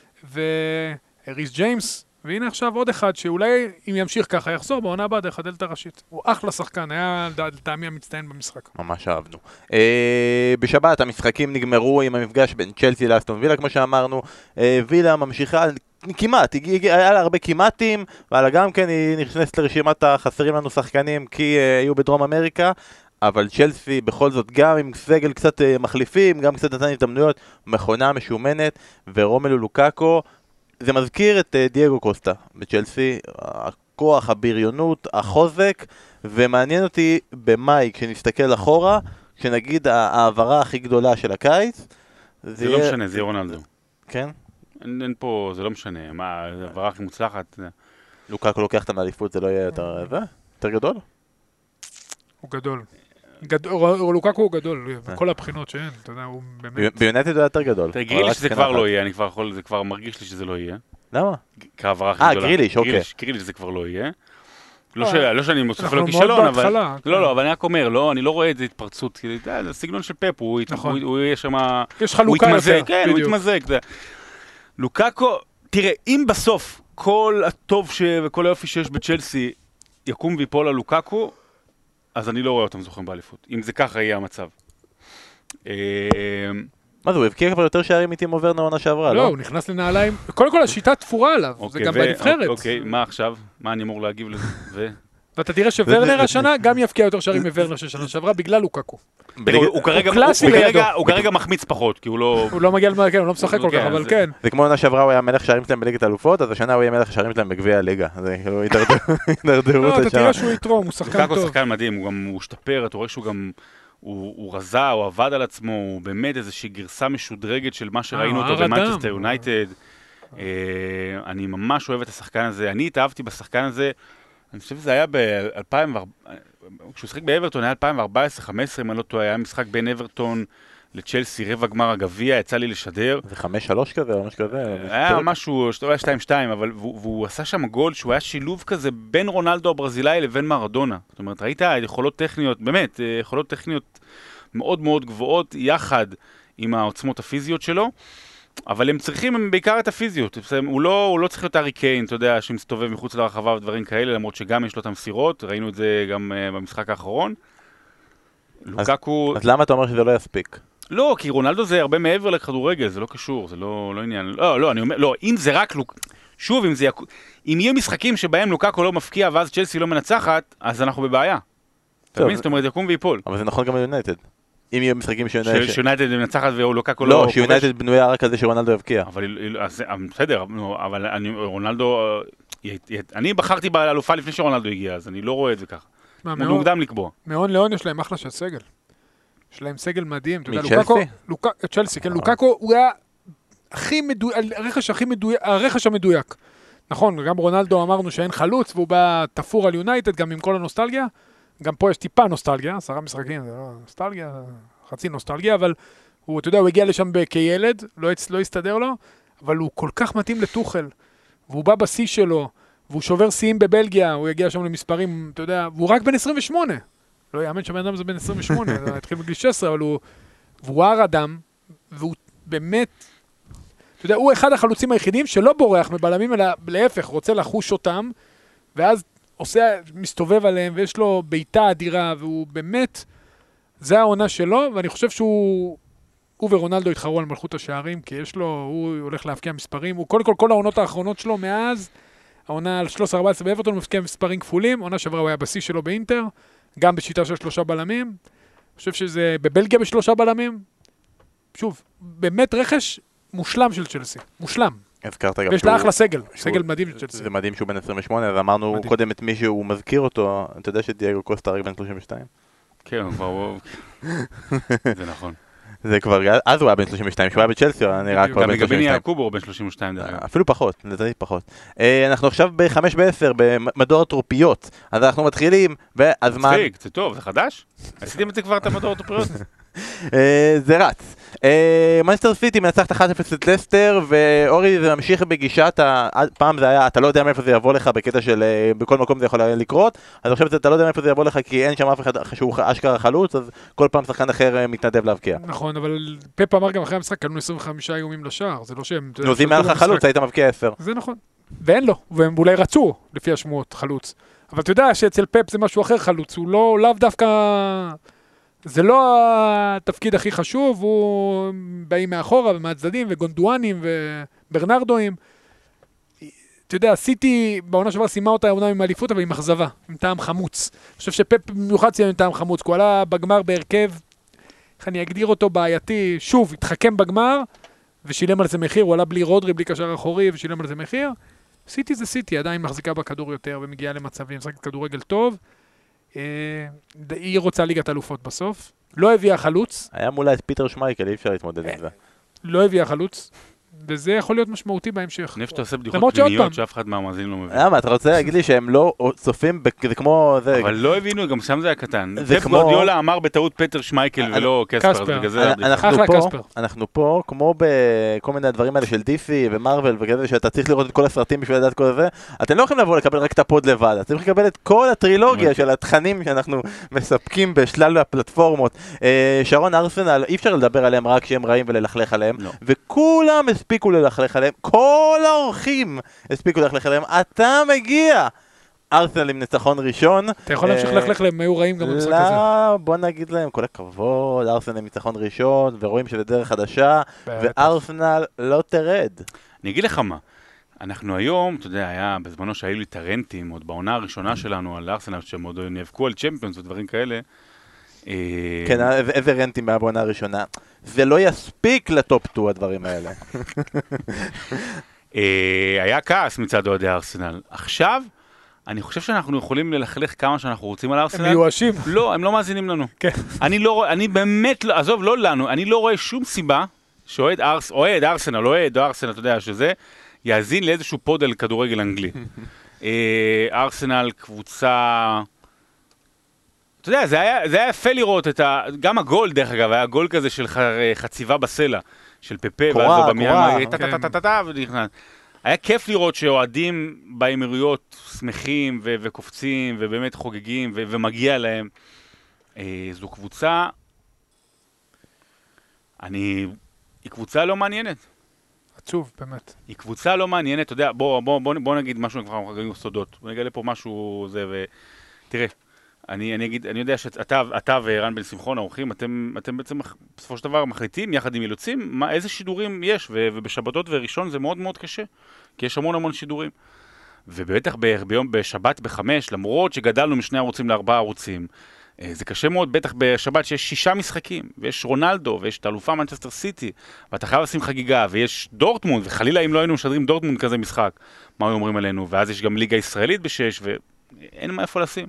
וריס ג'יימס, והנה עכשיו עוד אחד שאולי אם ימשיך ככה יחזור בעונה הבאה דרך הדלת הראשית. הוא אחלה שחקן, היה לטעמי המצטיין במשחק. ממש אהבנו. אה, בשבת המשחקים נגמרו עם המפגש בין צ'לסי לאסטון וילה, כמו שאמרנו. אה, וילה ממשיכה, כמעט, הגיע- הגיע- היה לה הרבה כמעטים, אבל גם כן היא נכנסת לרשימת החסרים לנו שחקנים, כי אה, היו בדרום אמריקה. אבל צ'לסי בכל זאת גם עם סגל קצת אה, מחליפים, גם קצת נתן הזדמנויות, מכונה משומנת, ורומלו לוקאקו, זה מזכיר את אה, דייגו קוסטה בצ'לסי, הכוח, הבריונות, החוזק, ומעניין אותי במאי, כשנסתכל אחורה, כשנגיד העברה הכי גדולה של הקיץ, זה לא יהיה- משנה, זה יהיה רונלדו. כן? אין אין פה, זה לא משנה, מה, העברה הכי מוצלחת. זה- לוקאקו לוקח את המאליפות, זה לא יהיה יותר, זה? יותר גדול? הוא גדול. גדול, לוקאקו הוא גדול, בכל הבחינות שאין, אתה יודע, הוא באמת... ביונטד הוא יותר גדול. תראה, אבל גריליש רק זה שחקן כבר אחד. לא יהיה, אני כבר יכול, זה כבר מרגיש לי שזה לא יהיה. למה? כהעברה הכי אה, גדולה. גריליש, אוקיי. גריליש, גריליש זה כבר לא יהיה. לא אה, ש- לא שאני מוסיף אנחנו לו מאוד כישלון, אבל... בהתחלה, כן. לא, לא, אבל אני רק אומר, לא, אני לא רואה את זה התפרצות, כי אתה יודע, זה הסגנון של פפ, הוא ית- נכון. הוא- הוא יהיה שם... יש הוא חלוקה יתמזג, יותר, כן, הוא בדיוק. יתמזג. אתה יודע. לוקאקו, תראה, אם בסוף כל הטוב ש- וכל היופי שיש בצ'לסי יקום ויפול על לוקאקו, אז אני לא רואה אותם זוכים באליפות. אם זה ככה יהיה המצב. אה, מה זה, הוא הבקיע כבר יותר שערים מטימו ורנר העונה שעברה, לא, לא? הוא נכנס לנעליים, קודם כל השיטה תפורה עליו, זה אוקיי, גם ו- בנבחרת. אוקיי, מה עכשיו? מה אני אמור להגיב לזה? ו- ואתה תראה שוורנר השנה גם יפקיע יותר שערים מוורנר של שנה שעברה בגלל לוקאקו. בליגה- הוא כרגע- הוא קלאסי הוא כרגע- לידו. הוא כרגע מחמיץ פחות, כי הוא לא... הוא לא מגיע למה, כן, הוא לא משחק כל כן, כך, אבל זה- כן. זה כמו עונה שעברה הוא היה מלך שערים שלהם בליגת האלופות, אז השנה הוא יהיה מלך שערים שלהם בגביע הליגה. זה כאילו הידרדרות לא, אתה השנה. תראה שהוא יתרום, הוא שחקן לוקאקו טוב. שחקן מדהים, הוא גם הוא השתפר, אתה רואה שהוא גם... הוא הוא רזה, הוא עבד על עצמו, הוא באמת איזושהי גרסה משודרגת של מה שראינו אה, אותו הר אדם. במנצ'סטר יונייטד. אה, אני ממש אוהב את השחקן הזה, אני התאהבתי בשחקן הזה, אני חושב שזה היה ב-אלפיים וארבע... כשהוא שחק באברטון היה אלפיים וארבע עשרה חמש עשרה, אם אני לא טועה, היה משחק בין אברטון לצ'לסי, רבע גמר הגביע, יצא לי לשדר. זה חמש שלוש כזה או משהו כזה. היה משהו, הוא היה שתיים שתיים, אבל והוא והוא עשה שם גול שהוא היה שילוב כזה בין רונלדו הברזילאי לבין מרדונה. זאת אומרת, ראית יכולות טכניות, באמת, יכולות טכניות מאוד מאוד גבוהות, יחד עם העוצמות הפיזיות שלו, אבל הם צריכים הם בעיקר את הפיזיות. הוא לא, הוא לא צריך להיות ארי קיין, אתה יודע, שמסתובב מחוץ לרחבה ודברים כאלה, למרות שגם יש לו את המסירות, ראינו את זה גם uh, במשחק האחרון. לוקאקו... אז למה אתה אומר שזה לא יספיק? לא, כי רונלדו זה הרבה מעבר לכדורגל, זה לא קשור, זה לא, לא עניין. לא, לא, אני אומר, לא, אם זה רק לוק... שוב, אם זה יק... אם יהיו משחקים שבהם לוקאקו לא מפקיע ואז צ'לסי לא מנצחת, אז אנחנו בבעיה. אתה מבין? זאת אומרת, יקום ויפול. אבל זה נכון גם ליונייטד. אם יהיו משחקים שיונייטד מנצחת ולוקאקו לא... לא, שיונייטד בנויה רק על זה שרונלדו יבקיע. אבל, בסדר, אבל רונלדו... אני בחרתי באלופה לפני שרונלדו הגיע, אז אני לא רואה את זה ככה. הוא מוקדם לקבוע. מהון להון יש להם אחלה של סגל. יש להם סגל מדהים. מצ'לסי? צ'לסי, כן. לוקאקו הוא היה הכי מדויק, הרכש הכי מדויק, הרכש המדויק. נכון, גם רונלדו אמרנו שאין חלוץ, והוא בא תפור על יונייטד, גם עם כל הנוסטלגיה. גם פה יש טיפה נוסטלגיה, עשרה משחקים, זה לא נוסטלגיה, חצי נוסטלגיה, אבל הוא, אתה יודע, הוא הגיע לשם כילד, לא, לא הסתדר לו, אבל הוא כל כך מתאים לטוחל, והוא בא בשיא שלו, והוא שובר שיאים בבלגיה, הוא יגיע שם למספרים, אתה יודע, והוא רק בן עשרים ושמונה. לא יאמן שבן אדם זה בן עשרים ושמונה, זה התחיל בגיל שש עשרה, אבל הוא, והוא הר אדם, והוא באמת, אתה יודע, הוא אחד החלוצים היחידים שלא בורח מבלמים, אלא להפך, רוצה לחוש אותם, ואז עושה, מסתובב עליהם, ויש לו ביתה אדירה, והוא באמת, זה העונה שלו, ואני חושב שהוא, הוא ורונלדו התחרו על מלכות השערים, כי יש לו, הוא הולך להפקיע מספרים, הוא קודם כל, כל העונות האחרונות שלו, מאז, העונה על שלוש עשרה ארבע עשרה באברטון, הוא מפקיע מספרים כפולים, העונה שעברה הוא היה בשיא שלו באינטר, גם בשיטה של שלושה בלמים, אני חושב שזה בבלגיה בשלושה בלמים, שוב, באמת רכש מושלם של צ'לסי, מושלם. הזכרת גם ויש לה אחלה סגל, סגל מדהים של צ'לסי. זה מדהים שהוא בן עשרים ושמונה, אז אמרנו קודם את מי שהוא מזכיר אותו, אתה יודע שדייגו קוסטה רק בן שלושים ושתיים? כן, כבר... זה נכון. זה כבר, אז הוא היה בן שלושים ושתיים, שהוא היה בצ'לסי, הוא נראה כבר בן שלושים ושתיים. גם לגבי יעקובו הוא בן שלושים ושתיים דרך. אפילו פחות, לדעתי פחות. אנחנו עכשיו בחמש בעשר, במדור הטרופיות, אז אנחנו מתחילים, והזמן... מצחיק, זה טוב, זה חדש? עשיתם את זה כבר, את המדור הטרופיות? זה רץ. מנצ'סטר סיטי מנצחת אחת אפס את לסטר, ואורי זה ממשיך בגישת, פעם זה היה, אתה לא יודע מאיפה זה יבוא לך בקטע של, בכל מקום זה יכול לקרות, אז עכשיו אתה לא יודע מאיפה זה יבוא לך כי אין שם אף אחד שהוא אשכרה חלוץ, אז כל פעם שחקן אחר מתנדב להבקיע. נכון, אבל פפ אמר גם אחרי המשחק, קנו עשרים וחמישה איומים לשער, זה לא שהם... נו, אז אם היה לך חלוץ, היית מבקיע עשר. זה נכון. ואין לו, והם אולי רצו, לפי השמועות, חלוץ. אבל אתה יודע שאצל פפ זה משהו אחר חלוץ, הוא לא, לאו דווקא... זה לא התפקיד הכי חשוב, הוא באים מאחורה ומהצדדים וגונדואנים וברנרדואים. אתה יודע, סיטי בעונה שעברה סיימה אותה העונה עם האליפות, אבל עם אכזבה, עם טעם חמוץ. אני חושב שפפ במיוחד סיימה עם טעם חמוץ, כי הוא עלה בגמר בהרכב, איך אני אגדיר אותו בעייתי, שוב, התחכם בגמר, ושילם על זה מחיר, הוא עלה בלי רודרי, בלי קשר אחורי, ושילם על זה מחיר. סיטי זה סיטי, עדיין מחזיקה בכדור יותר, ומגיעה למצבים, משחקת כדורגל טוב. היא רוצה ליגת אלופות בסוף, לא הביאה חלוץ. היה מולה את פיטר שמייקל, אי אפשר להתמודד עם זה. לא הביאה חלוץ, וזה יכול להיות משמעותי בהמשך. אני שאתה עושה בדיחות פנימיות שאף אחד מהמאזינים לא מבין. למה, אתה רוצה להגיד לי שהם לא צופים, זה כמו... אבל לא הבינו, גם שם זה היה קטן. פפ גוארדיולה אמר בטעות פיטר שמייקל ולא קספר. אנחנו פה, כמו בכל מיני הדברים האלה של די סי ומרוול וכזה, שאתה צריך לראות את כל הסרטים בשביל לדעת כל זה, אתם לא יכולים לבוא לקבל רק את הפוד לבד, אתם צריכים לקבל את כל הטרילוגיה של התכנים שאנחנו מספקים בשלל הפלטפורמות. שרון ארסנל, אי אפשר לדבר עליהם רק שהם רעים וללכלך עליהם, וכולם הספיקו ללכלך עליהם, כל האורחים הספיקו ללכלך עליהם, אתה מגיע! ארסנל עם ניצחון ראשון. אתה יכול להמשיך ללכלך להם, היו רעים גם במשחק הזה. לא, בוא נגיד להם, כל הכבוד, ארסנל עם ניצחון ראשון, ורואים שזה דרך חדשה, וארסנל לא תרד. אני אגיד לך מה, אנחנו היום, אתה יודע, היה בזמנו שהיו לי טרנטים, עוד בעונה הראשונה שלנו על ארסנל, שהם עוד נאבקו על צ'מפיונס ודברים כאלה, כן, איזה רנטים מהבונה הראשונה. זה לא יספיק לטופ שתיים הדברים האלה. היה כעס מצד אוהדי ארסנל. עכשיו, אני חושב שאנחנו יכולים ללכלך כמה שאנחנו רוצים על ארסנל. הם מיואשים. לא, הם לא מאזינים לנו. אני לא רואה, אני באמת, עזוב, לא לנו, אני לא רואה שום סיבה שאוהד ארסנל, אוהד ארסנל, אתה יודע שזה, יאזין לאיזשהו פוד על כדורגל אנגלי. ארסנל, קבוצה... אתה יודע, זה היה, זה היה יפה לראות את ה... גם הגול, דרך אגב, היה גול כזה של חציבה בסלע, של פפה, קורה, קורה. היה כיף לראות שאוהדים באמירויות שמחים ו- וקופצים ובאמת חוגגים ו- ומגיע להם. אה, זו קבוצה, אני... היא קבוצה לא מעניינת. עצוב, באמת. היא קבוצה לא מעניינת, אתה יודע, בוא, בוא, בוא, בוא נגיד משהו, כבר נגיד סודות, בוא נגלה פה משהו זה ו... תראה, אני, אני אגיד, אני יודע שאתה, אתה ורן בן שמחון, האורחים, אתם, אתם בעצם בסופו של דבר מחליטים, יחד עם אילוצים, מה, איזה שידורים יש, ו, ובשבתות וראשון זה מאוד מאוד קשה, כי יש המון המון שידורים. ובטח ב, ביום, בשבת בחמש, למרות שגדלנו משני ערוצים לארבעה ערוצים, זה קשה מאוד, בטח בשבת שיש שישה משחקים, ויש רונלדו, ויש את האלופה מנצ'סטר סיטי, ואתה חייב לשים חגיגה, ויש דורטמונד, וחלילה אם לא היינו משדרים דורטמונד כזה משחק, מה אומרים עלינו, ואז יש גם ליגה ישראלית בשש, ואין מה איפה לשים.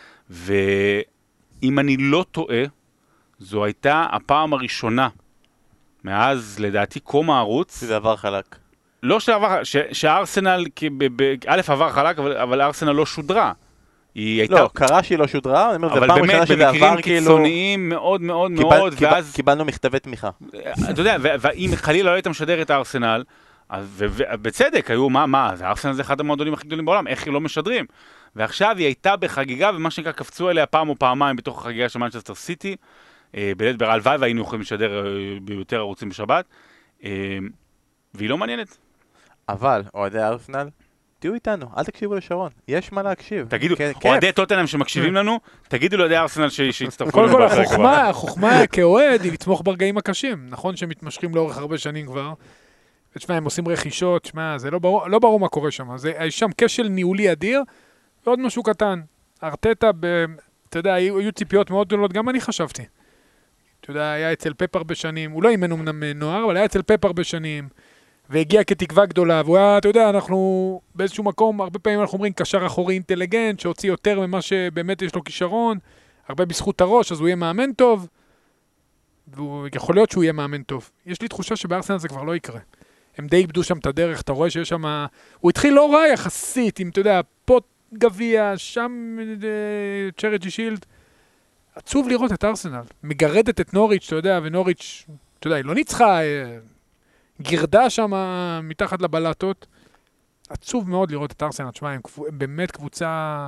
ואם אני לא טועה, זו הייתה הפעם הראשונה, מאז לדעתי קום הערוץ. זה עבר חלק. לא שעבר, שהארסנל, א' עבר חלק, אבל, אבל הארסנל לא שודרה. היא הייתה... לא, קרה שהיא לא שודרה, אני אומר, זה פעם ראשונה שזה עבר כאילו... אבל באמת במקרים קיצוניים מאוד מאוד קיבל, מאוד, קיבל, ואז... קיבלנו מכתבי תמיכה. אתה יודע, ואם חלילה לא היית משדר את הארסנל, ובצדק, היו, מה, מה, הארסנל זה אחד המועדונים הכי גדולים בעולם, איך היא לא משדרים? ועכשיו היא הייתה בחגיגה, ומה שנקרא, קפצו אליה פעם או פעמיים בתוך החגיגה של מנצ'סטר סיטי, בלית ברלוואי, והיינו יכולים לשדר ביותר ערוצים בשבת, והיא לא מעניינת. אבל, אוהדי הארסנל, תהיו איתנו, אל תקשיבו לשרון, יש מה להקשיב. תגידו, אוהדי טוטנהאם שמקשיבים לנו, תגידו לאוהדי הארסנל שיצטרפו. קודם כל, החוכמה, החוכמה כאוהד היא לתמוך ברגעים הקשים. נכון שהם מתמשכים לאורך הרבה שנים כבר. תשמע, הם עושים רכישות, תשמע, זה לא ברור, לא ברור מה קורה שם. זה, יש שם כשל ניהולי אדיר, ועוד משהו קטן. ארטטה, ב, אתה יודע, היו, היו ציפיות מאוד גדולות, גם אני חשבתי. אתה יודע, היה אצל פפ הרבה שנים, הוא לא אימן אמנם נוער, אבל היה אצל פפ הרבה שנים. והגיע כתקווה גדולה, והוא היה, אתה יודע, אנחנו באיזשהו מקום, הרבה פעמים אנחנו אומרים, קשר אחורי אינטליגנט, שהוציא יותר ממה שבאמת יש לו כישרון, הרבה בזכות הראש, אז הוא יהיה מאמן טוב, ויכול להיות שהוא יהיה מאמן טוב. יש לי תחושה שבארסנל זה כבר לא יקרה. הם די איבדו שם את הדרך, אתה רואה שיש שם... הוא התחיל לא רע יחסית, אם אתה יודע, פוט גביע, שם צ'ריג'י שילד. עצוב לראות את ארסנל. מגרדת את נוריץ', אתה יודע, ונוריץ', אתה יודע, היא לא ניצחה... גירדה שם מתחת לבלטות. עצוב מאוד לראות את ארסנל, תשמע, הם באמת קבוצה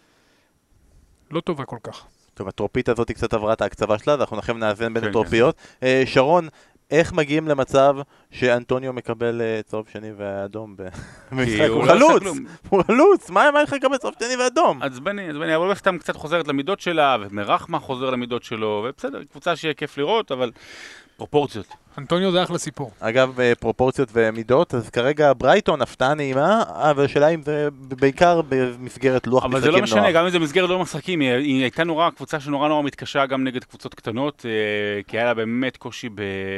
לא טובה כל כך. טוב, הטרופית הזאת קצת עברה את ההקצבה שלה, אנחנו נכם נאזן בין הטרופיות. שרון, איך מגיעים למצב שאנטוניו מקבל צהוב שני ואדום במשחק? הוא חלוץ, הוא חלוץ, מה איך לקבל צהוב שני ואדום? עצבני, עצבני, אבל סתם קצת חוזרת למידות שלה, ומרחמה חוזר למידות שלו, ובסדר, קבוצה שיהיה כיף לראות, אבל פרופורציות. אנטוניו זה אחלה סיפור. אגב, פרופורציות ומידות, אז כרגע ברייטון הפתעה נעימה, אבל השאלה אם זה בעיקר במסגרת לוח משחקים נוער. אבל זה לא משנה, גם אם זה במסגרת לוח משחקים, היא הייתה נורא, קבוצה שנורא נורא מתקשה גם נגד קבוצות קטנות, כי היה לה באמת קושי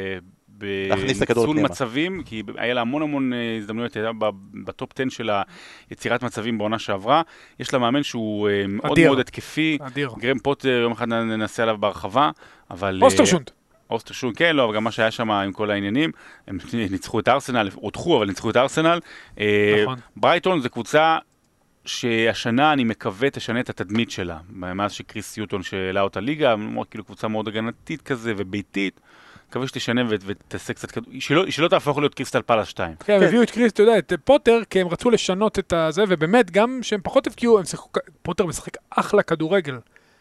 בניצול מצבים, כי היה לה המון המון הזדמנויות, הייתה בטופ עשר של היצירת מצבים בעונה שעברה, יש לה מאמן שהוא מאוד מאוד התקפי, גרם פוטר, יום אחד ננסה עליו בהרחבה, אבל... אוסטרשונד. אוסטרשונד, כן, לא, אבל גם מה שהיה שם עם כל העניינים, הם ניצחו את ארסנל, הותחו, אבל ניצחו את ארסנל. נכון. ברייטון זה קבוצה שהשנה אני מקווה תשנה את התדמית שלה, מאז שקריס יוטון שאלה אותה ליגה, כאילו קבוצה מאוד הגנתית כזה וביתית, מקווה שתשנה ותעשה קצת, שלא תהפוך להיות קריסטל פלאס שתיים. כן, הם הביאו את קריס, אתה יודע, את פוטר, כי הם רצו לשנות את זה, ובאמת, גם שהם פחות הבקיעו, פוטר משחק אחלה כדורגל.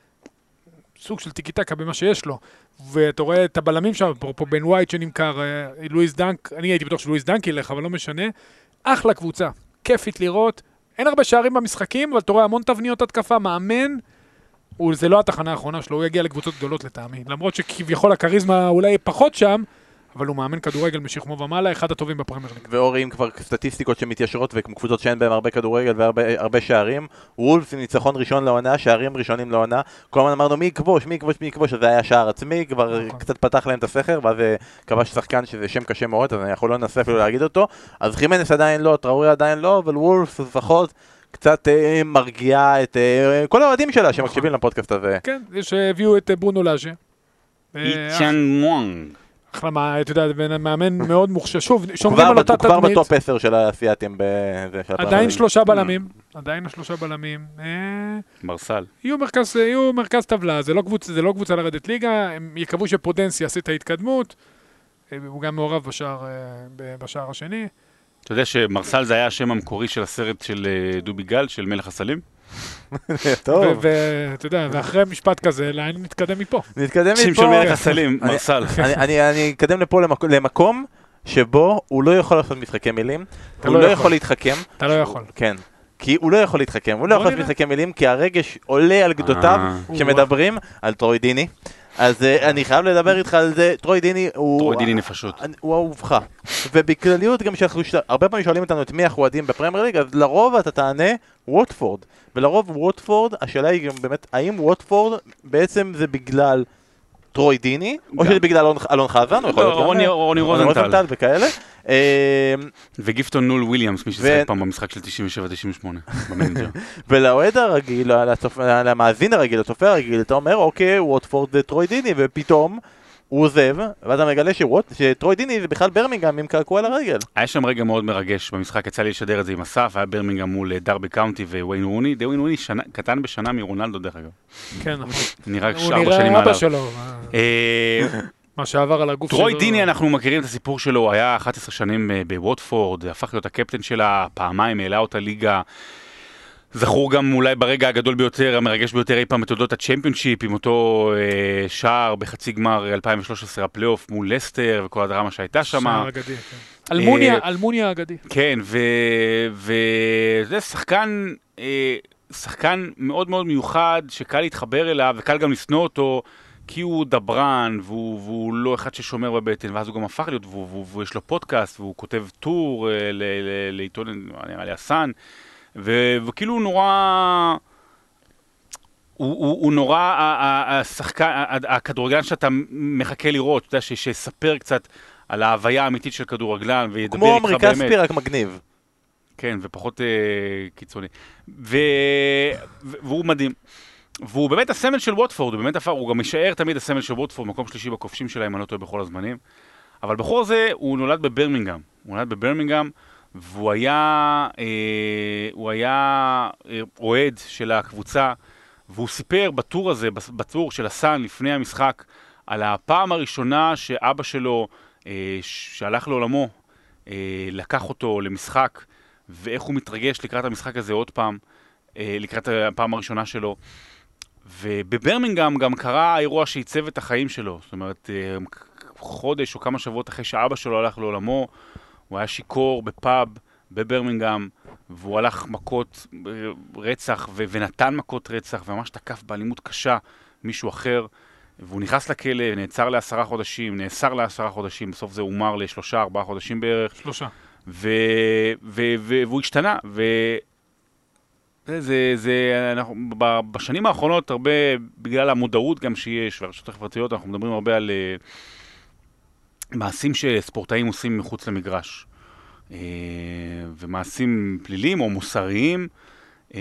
סוג של טיקי-טקה במה שיש לו, ואתה רואה את הבלמים שם, פה בן ווייט שנמכר, לואיס דנק, אני הייתי בטוח שלואיס דנק ילך, אבל לא משנה, אחלה קבוצה, כיפית לראות, אין הרבה שערים במשחקים, אבל אתה רואה המון תבניות התקפה, מאמן, זה לא התחנה האחרונה שלו, הוא יגיע לקבוצות גדולות לטעמי, למרות שכביכול הקריזמה אולי פחות שם, אבל הוא מאמן כדורגל משכמו ומעלה, אחד הטובים בפרמייר ליג. ואורים כבר סטטיסטיקות שמתיישרות וקבוצות שאין בהם הרבה כדורגל והרבה שערים. וולפס עם ניצחון ראשון לעונה, שערים ראשונים לעונה. כל הזמן אמרנו מי יכבוש, מי יכבוש, מי יכבוש, אז זה היה שער עצמי, כבר קצת פתח להם את הסכר, ואז כבש שחקן שזה שם קשה מאוד, אז אני יכול לא ננסה אפילו להגיד אותו. אז חימנס עדיין לא, טראורי עדיין לא, אבל וולפס לפחות קצת מרגיעה את כל האוהדים שלה שמקשיבים לפודקאסט הזה. כן, שהביאו את ברונו לאז'ה. איצ'אן וונג. אחלה, אתה יודע, מאמן מאוד מוכשר. שוב, שומרים על אותה תדמית. הוא כבר בטופ עשר של האסייתים. עדיין שלושה בלמים. עדיין השלושה בלמים. מרסל. יהיו מרכז טבלה. זה לא קבוצה לרדת ליגה. הם יקוו שפודנס יעשה את ההתקדמות. הוא גם מעורב בשער השני. אתה יודע שמרסל זה היה השם המקורי של הסרט של דובי גל, של מלך הסלים? טוב. ואתה יודע, ואחרי משפט כזה, לאן נתקדם מפה? נתקדם מפה. שם של מלך הסלים, מרסל. אני אקדם לפה למקום שבו הוא לא יכול לעשות משחקי מילים, הוא לא יכול להתחכם. אתה לא יכול. כן. כי הוא לא יכול להתחכם, הוא לא יכול להתחכם מילים, כי הרגש עולה על גדותיו כשמדברים על טרוי דיני. אז אני חייב לדבר איתך על זה, טרוי דיני הוא... טרוי דיני נפשות. הוא אהובך. ובכלליות גם שאנחנו, הרבה פעמים שואלים אותנו את מי אנחנו אוהדים בפרמייר ליג, אז לרוב אתה תענה ווטפורד. ולרוב ווטפורד, השאלה היא גם באמת, האם ווטפורד בעצם זה בגלל טרוי דיני, או שזה בגלל אלון חזן, רוני רוזנטל וכאלה. וגיפטון נול וויליאמס, מי ששחק פעם במשחק של תשעים ושבע תשעים ושמונה, במנג'ר. ולאוהד הרגיל, למאזין הרגיל, לצופה הרגיל, אתה אומר, אוקיי, ווטפורד זה טרוי דיני, ופתאום הוא עוזב, ואתה מגלה שטרוי דיני זה בכלל ברמינגהאם עם קעקוע על הרגל. היה שם רגע מאוד מרגש במשחק, יצא לי לשדר את זה עם אסף, היה ברמינגהאם מול דרבי קאונטי וויין רוני, וויין רוני קטן בשנה מרונלדו דרך אגב. כן, נראה ארבע שנים עליו. הוא נראה אבא שלו. מה שעבר על הגוף שלו. טרוי דיני, אנחנו מכירים את הסיפור שלו, היה אחת עשרה שנים בווטפורד, הפך להיות הקפטן שלה, פעמיים העלה אותה ליגה. זכור גם אולי ברגע הגדול ביותר, המרגש ביותר אי פעם בתולדות הצ'מפיונשיפ, עם אותו אה, שער בחצי גמר אלפיים ושלוש עשרה הפלייאוף מול לסטר וכל הדרמה שהייתה שם. שער אגדי, כן. אלמוניה, אה, אלמוניה אגדי. כן, וזה שחקן, אה, שחקן מאוד מאוד מיוחד, שקל להתחבר אליו וקל גם לשנוא אותו, כי הוא דברן, והוא, והוא לא אחד ששומר בבטן, ואז הוא גם הפך להיות, ויש לו פודקאסט, והוא כותב טור אה, לעיתון, נראה לי הסן, וכאילו הוא נורא, הוא, הוא, הוא נורא השחקן, הכדורגלן שאתה מחכה לראות, אתה יודע, שיספר קצת על ההוויה האמיתית של כדורגלן, וידבר איתך באמת. כמו אמריקספי, רק מגניב. כן, ופחות אה, קיצוני. ו, והוא מדהים. והוא באמת הסמל של ווטפורד, הוא באמת הפך, הוא גם משאר תמיד הסמל של ווטפורד, מקום שלישי בכובשים שלהם, אני לא טועה בכל הזמנים. אבל בחור הזה, הוא נולד בברמינגהאם. הוא נולד בברמינגהאם, והוא היה, אה, הוא היה אה, אוהד של הקבוצה, והוא סיפר בטור הזה, בטור של הסן לפני המשחק, על הפעם הראשונה שאבא שלו, אה, שהלך לעולמו, אה, לקח אותו למשחק, ואיך הוא מתרגש לקראת המשחק הזה עוד פעם, אה, לקראת הפעם הראשונה שלו. ובברמינגהאם גם קרה האירוע שעיצב את החיים שלו, זאת אומרת, אה, חודש או כמה שבועות אחרי שאבא שלו הלך לעולמו, הוא היה שיקור בפאב בברמינגהאם, והוא הלך מכות רצח ו- ונתן מכות רצח, וממש תקף באלימות קשה מישהו אחר, והוא נכנס לכלא, נעצר לעשרה חודשים, נאסר לעשרה חודשים, בסוף זה אומר לשלושה, ארבעה חודשים בערך. שלושה. ו- ו- ו- והוא השתנה, ו... זה, זה, זה, אנחנו, בשנים האחרונות, הרבה, בגלל המודעות גם שיש, והרשתות החברתיות, אנחנו מדברים הרבה על uh, מעשים שספורטאים עושים מחוץ למגרש. Uh, ומעשים פליליים או מוסריים, uh,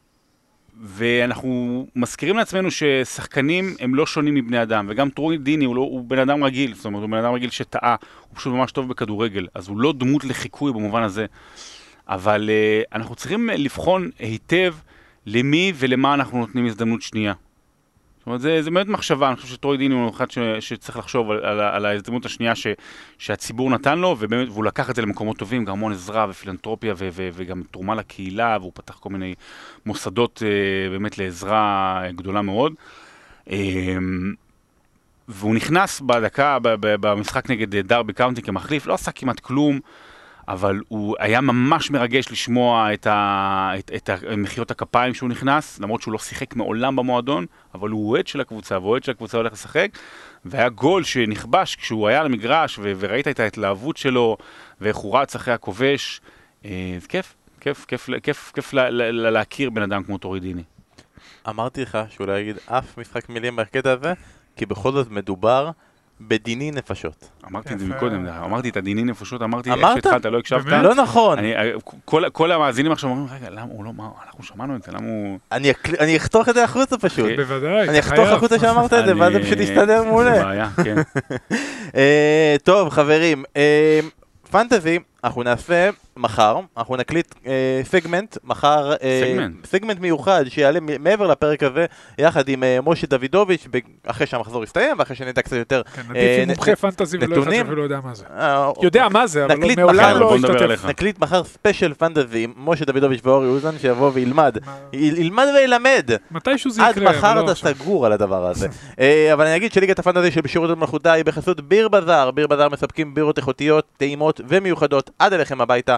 ואנחנו מזכירים לעצמנו ששחקנים הם לא שונים מבני אדם, וגם טרוי דיני הוא, לא, הוא בן אדם רגיל, זאת אומרת, הוא בן אדם רגיל שטעה, הוא פשוט ממש טוב בכדורגל, אז הוא לא דמות לחיקוי במובן הזה. אבל uh, אנחנו צריכים לבחון היטב למי ולמה אנחנו נותנים הזדמנות שנייה. זאת אומרת, זה, זה באמת מחשבה, אני חושב שטרוי דיני הוא אחד ש, שצריך לחשוב על, על, על ההזדמנות השנייה ש, שהציבור נתן לו, ובאמת, והוא לקח את זה למקומות טובים, גם המון עזרה ופילנטרופיה ו, ו, וגם תרומה לקהילה, והוא פתח כל מיני מוסדות uh, באמת לעזרה גדולה מאוד. Um, והוא נכנס בדקה, ב, ב, במשחק נגד דרבי קאונטי כמחליף, לא עשה כמעט כלום, אבל הוא היה ממש מרגש לשמוע את, ה, את, את מחיאות הכפיים שהוא נכנס, למרות שהוא לא שיחק מעולם במועדון, אבל הוא אוהד של הקבוצה, ואוהד של הקבוצה הולך לשחק, והיה גול שנכבש כשהוא היה על המגרש, ו, וראית את ההתלהבות שלו, ואיך הוא רץ אחרי הכובש. אז כיף, כיף, כיף, כיף, כיף לה, לה, לה, להכיר בן אדם כמו טרוי דיני. אמרתי לך שהוא לא יגיד אף משחק מילים בקטע הזה, כי בכל זאת מדובר בדיני נפשות. אמרתי את זה מקודם, אמרתי את הדיני נפשות, אמרתי איך אמרת? שהתחלת, לא הקשבת. לא נכון. אני, כל, כל המאזינים עכשיו אומרים, רגע, למה הוא לא, מה, אנחנו שמענו את זה, למה הוא... אני, אני אחתוך את זה החוצה פשוט. בוודאי. אני אחתוך החוצה שאמרת את זה, ואז זה פשוט יסתדר מעולה. זה בעיה, כן. טוב, חברים, פנטזי, אנחנו נעשה מחר, אנחנו נקליט אה, סגמנט, מחר אה, סגמנט. סגמנט מיוחד שיעלה מעבר לפרק הזה, יחד עם אה, משה דוידוביץ', אחרי שהמחזור יסתיים, ואחרי שנדע קצת יותר כן, עדיף עם מומחה פנטזי ולא אחד שאפילו יודע מה זה. יודע מה זה, אבל מעולם לא השתתף. נקליט מחר ספיישל פנטזי עם משה דוידוביץ' ואורי אוזן, שיבוא וילמד. ילמד וילמד. מתישהו זה יקרה. עד מחר אתה סגור על הדבר הזה. אבל אני אגיד שליגת הפנטזי של בשירות מלכותה היא בחסות ביר בזאר. ביר בזאר מספקים בירות איכותיות, טעימות ומיוחדות עד אליכם הביתה,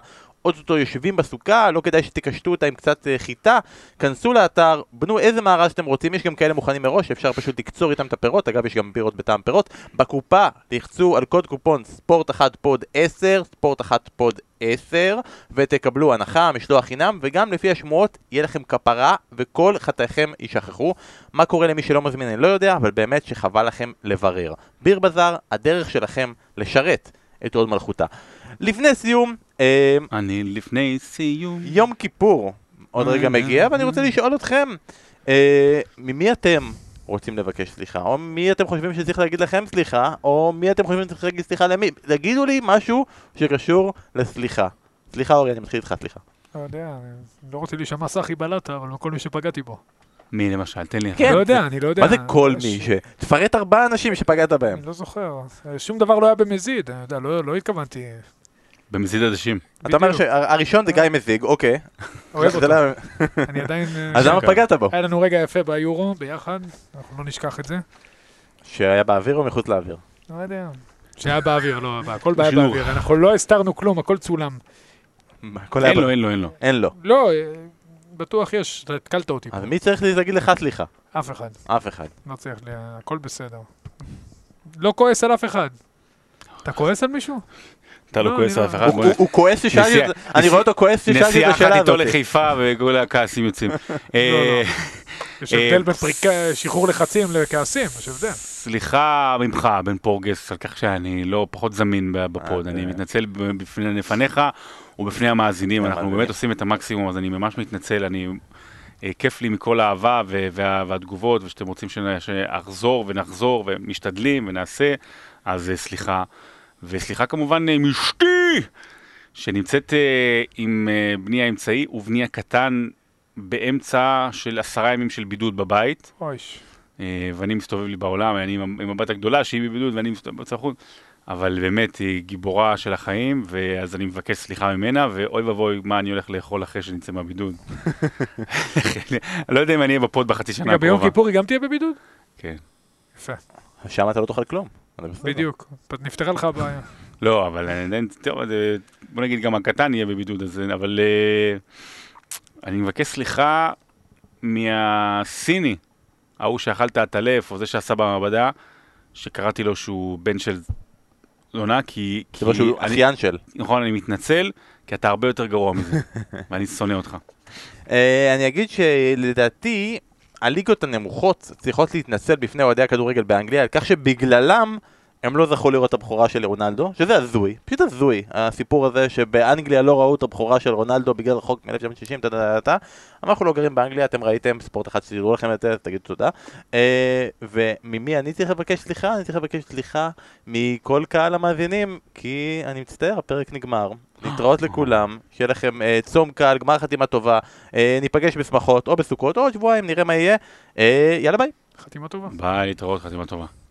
אוטוטו יושבים בסוכה, לא כדאי שתקשטו אותה עם קצת חיטה, כנסו לאתר, בנו איזה מארז שאתם רוצים, יש גם כאלה מוכנים מראש, אפשר פשוט לקצור איתם את הפירות, אגב יש גם בירות בטעם פירות, בקופה תחצו על קוד קופון ספורט אחת פוד עשר, ספורט אחת פוד עשר, ותקבלו הנחה, משלוח חינם, וגם לפי השמועות יהיה לכם כפרה וכל חטאיכם יישכחו. מה קורה למי שלא מזמין אני לא יודע, אבל באמת שחבל לכם לברר. ביר בזאר, הדרך שלכם לשרת את הוד מלכותה. לפני סיום, אה, אני לפני סיום. יום כיפור עוד רגע מגיע, ואני רוצה לשאול אתכם, אה, ממי אתם רוצים לבקש סליחה, או מי אתם חושבים שצריך להגיד לכם סליחה, או מי אתם חושבים שצריך להגיד סליחה למי? תגידו לי משהו שקשור לסליחה. סליחה אורי, אני מתחיל איתך, סליחה. לא יודע, אני לא רוצה להישמע סחי בלטה, אבל כל מי שפגעתי בו. מי למשל? תן לי. כן. לא יודע, אני לא יודע. מה זה כל יש- מי ש... תפרט ארבעה אנשים שפגעת בהם. אני לא זוכר. שום דבר לא היה במזיד, אני יודע, לא לא התכוונתי. במזיד עדשים. אתה אומר בדיוק. שהראשון זה גיא מזיג, אוקיי. אוהב זה אותו. לא- אני עדיין... אז למה פגעת בו? היה לנו רגע יפה ביורו, ביחד, אנחנו לא נשכח את זה. שהיה באוויר או מחוץ לאוויר? לא יודע. שהיה באוויר, לא, הכל בעיה שיעור. באוויר. אנחנו לא הסתרנו כלום, הכל צולם. הכל היה אין ב- לו, אין לו, אין לו. אין לו. לא, אה, בטוח יש, אתה התקלת אותי פה. אז מי צריך להגיד לך סליחה? אף אחד. אף אחד. לא צריך, ל- הכל בסדר. לא כועס על אף אחד. אתה כועס על מישהו? אתה לא לא, כועס אני על אף לא- אחד. הוא- הוא- הוא כועס ששאלתי נסיעה- את זה, אני רואה אותו כועס ששאלתי את נסיעה אחת השאלה איתו הזאת. לחיפה וכל הכעסים יוצאים. אה, יש אה, הבדל בין פריקה- שחרור לחצים לכעסים, יש הבדל. סליחה ממך, בן פורגס, על כך שאני לא פחות זמין ב- בפוד. אה, אני זה- מתנצל בפני- לפניך ובפני המאזינים. אנחנו המאזינים. באמת עושים את המקסימום, אז אני ממש מתנצל. אני... אה, כיף לי מכל האהבה ו- וה- והתגובות, ושאתם רוצים שנ- שאחזור ונחזור ומשתדלים ונעשה, אז אה, סליחה. וסליחה כמובן אה, מאשתי, שנמצאת אה, עם אה, בני האמצעי ובני הקטן באמצע של עשרה ימים של בידוד בבית. אוי. אה, ואני מסתובב לי בעולם, אני עם, עם הבת הגדולה שהיא בבידוד ואני מסתובב בצחוץ, אבל באמת היא גיבורה של החיים, ואז אני מבקש סליחה ממנה, ואוי ובוי מה אני הולך לאכול אחרי שנצא מהבידוד. אני לא יודע אם אני אהיה בפוד בחצי שנה רגע, ביום הקרובה. כיפור היא גם תהיה בבידוד? כן. יפה, שם אתה לא תאכל כלום. זה בסדר. בדיוק. נפתרה לך הבעיה. לא, אבל אני עדיין, טוב, זה- בוא נגיד גם הקטן יהיה בבידוד הזה, אבל אה, אני מבקש סליחה מהסיני, ההוא שאכל את הטלף, או זה שעשה במעבדה, שקראתי לו שהוא בן של זונה, כי... זה כי משהו אני- אחיין של. נכון, אני מתנצל, כי אתה הרבה יותר גרוע מזה, ואני שונא אותך. אה, אני אגיד שלדעתי הליגות הנמוכות צריכות להתנצל בפני אוהדי הכדורגל באנגליה על כך שבגללם הם לא זכו לראות את הבכורה של רונלדו, שזה הזוי, פשוט הזוי, הסיפור הזה שבאנגליה לא ראו את הבכורה של רונלדו בגלל חוק מ-אלף תשע מאות שישים, טה-טה-טה-טה. אנחנו לא גרים באנגליה, אתם ראיתם ספורט אחד שתדעו לכם את זה, אז תגידו תודה. אה, וממי אני צריך לבקש סליחה? אני צריך לבקש סליחה מכל קהל המאזינים, כי אני מצטער, הפרק נגמר. נתראות לכולם, שיהיה לכם אה, צום קל, גמר חתימה טובה, אה, ניפגש בשמחות או בסוכות, או עוד שבועיים, נראה מה יהיה. אה, יאללה ביי. חתימה טובה. ביי, להתראות, חתימה טובה.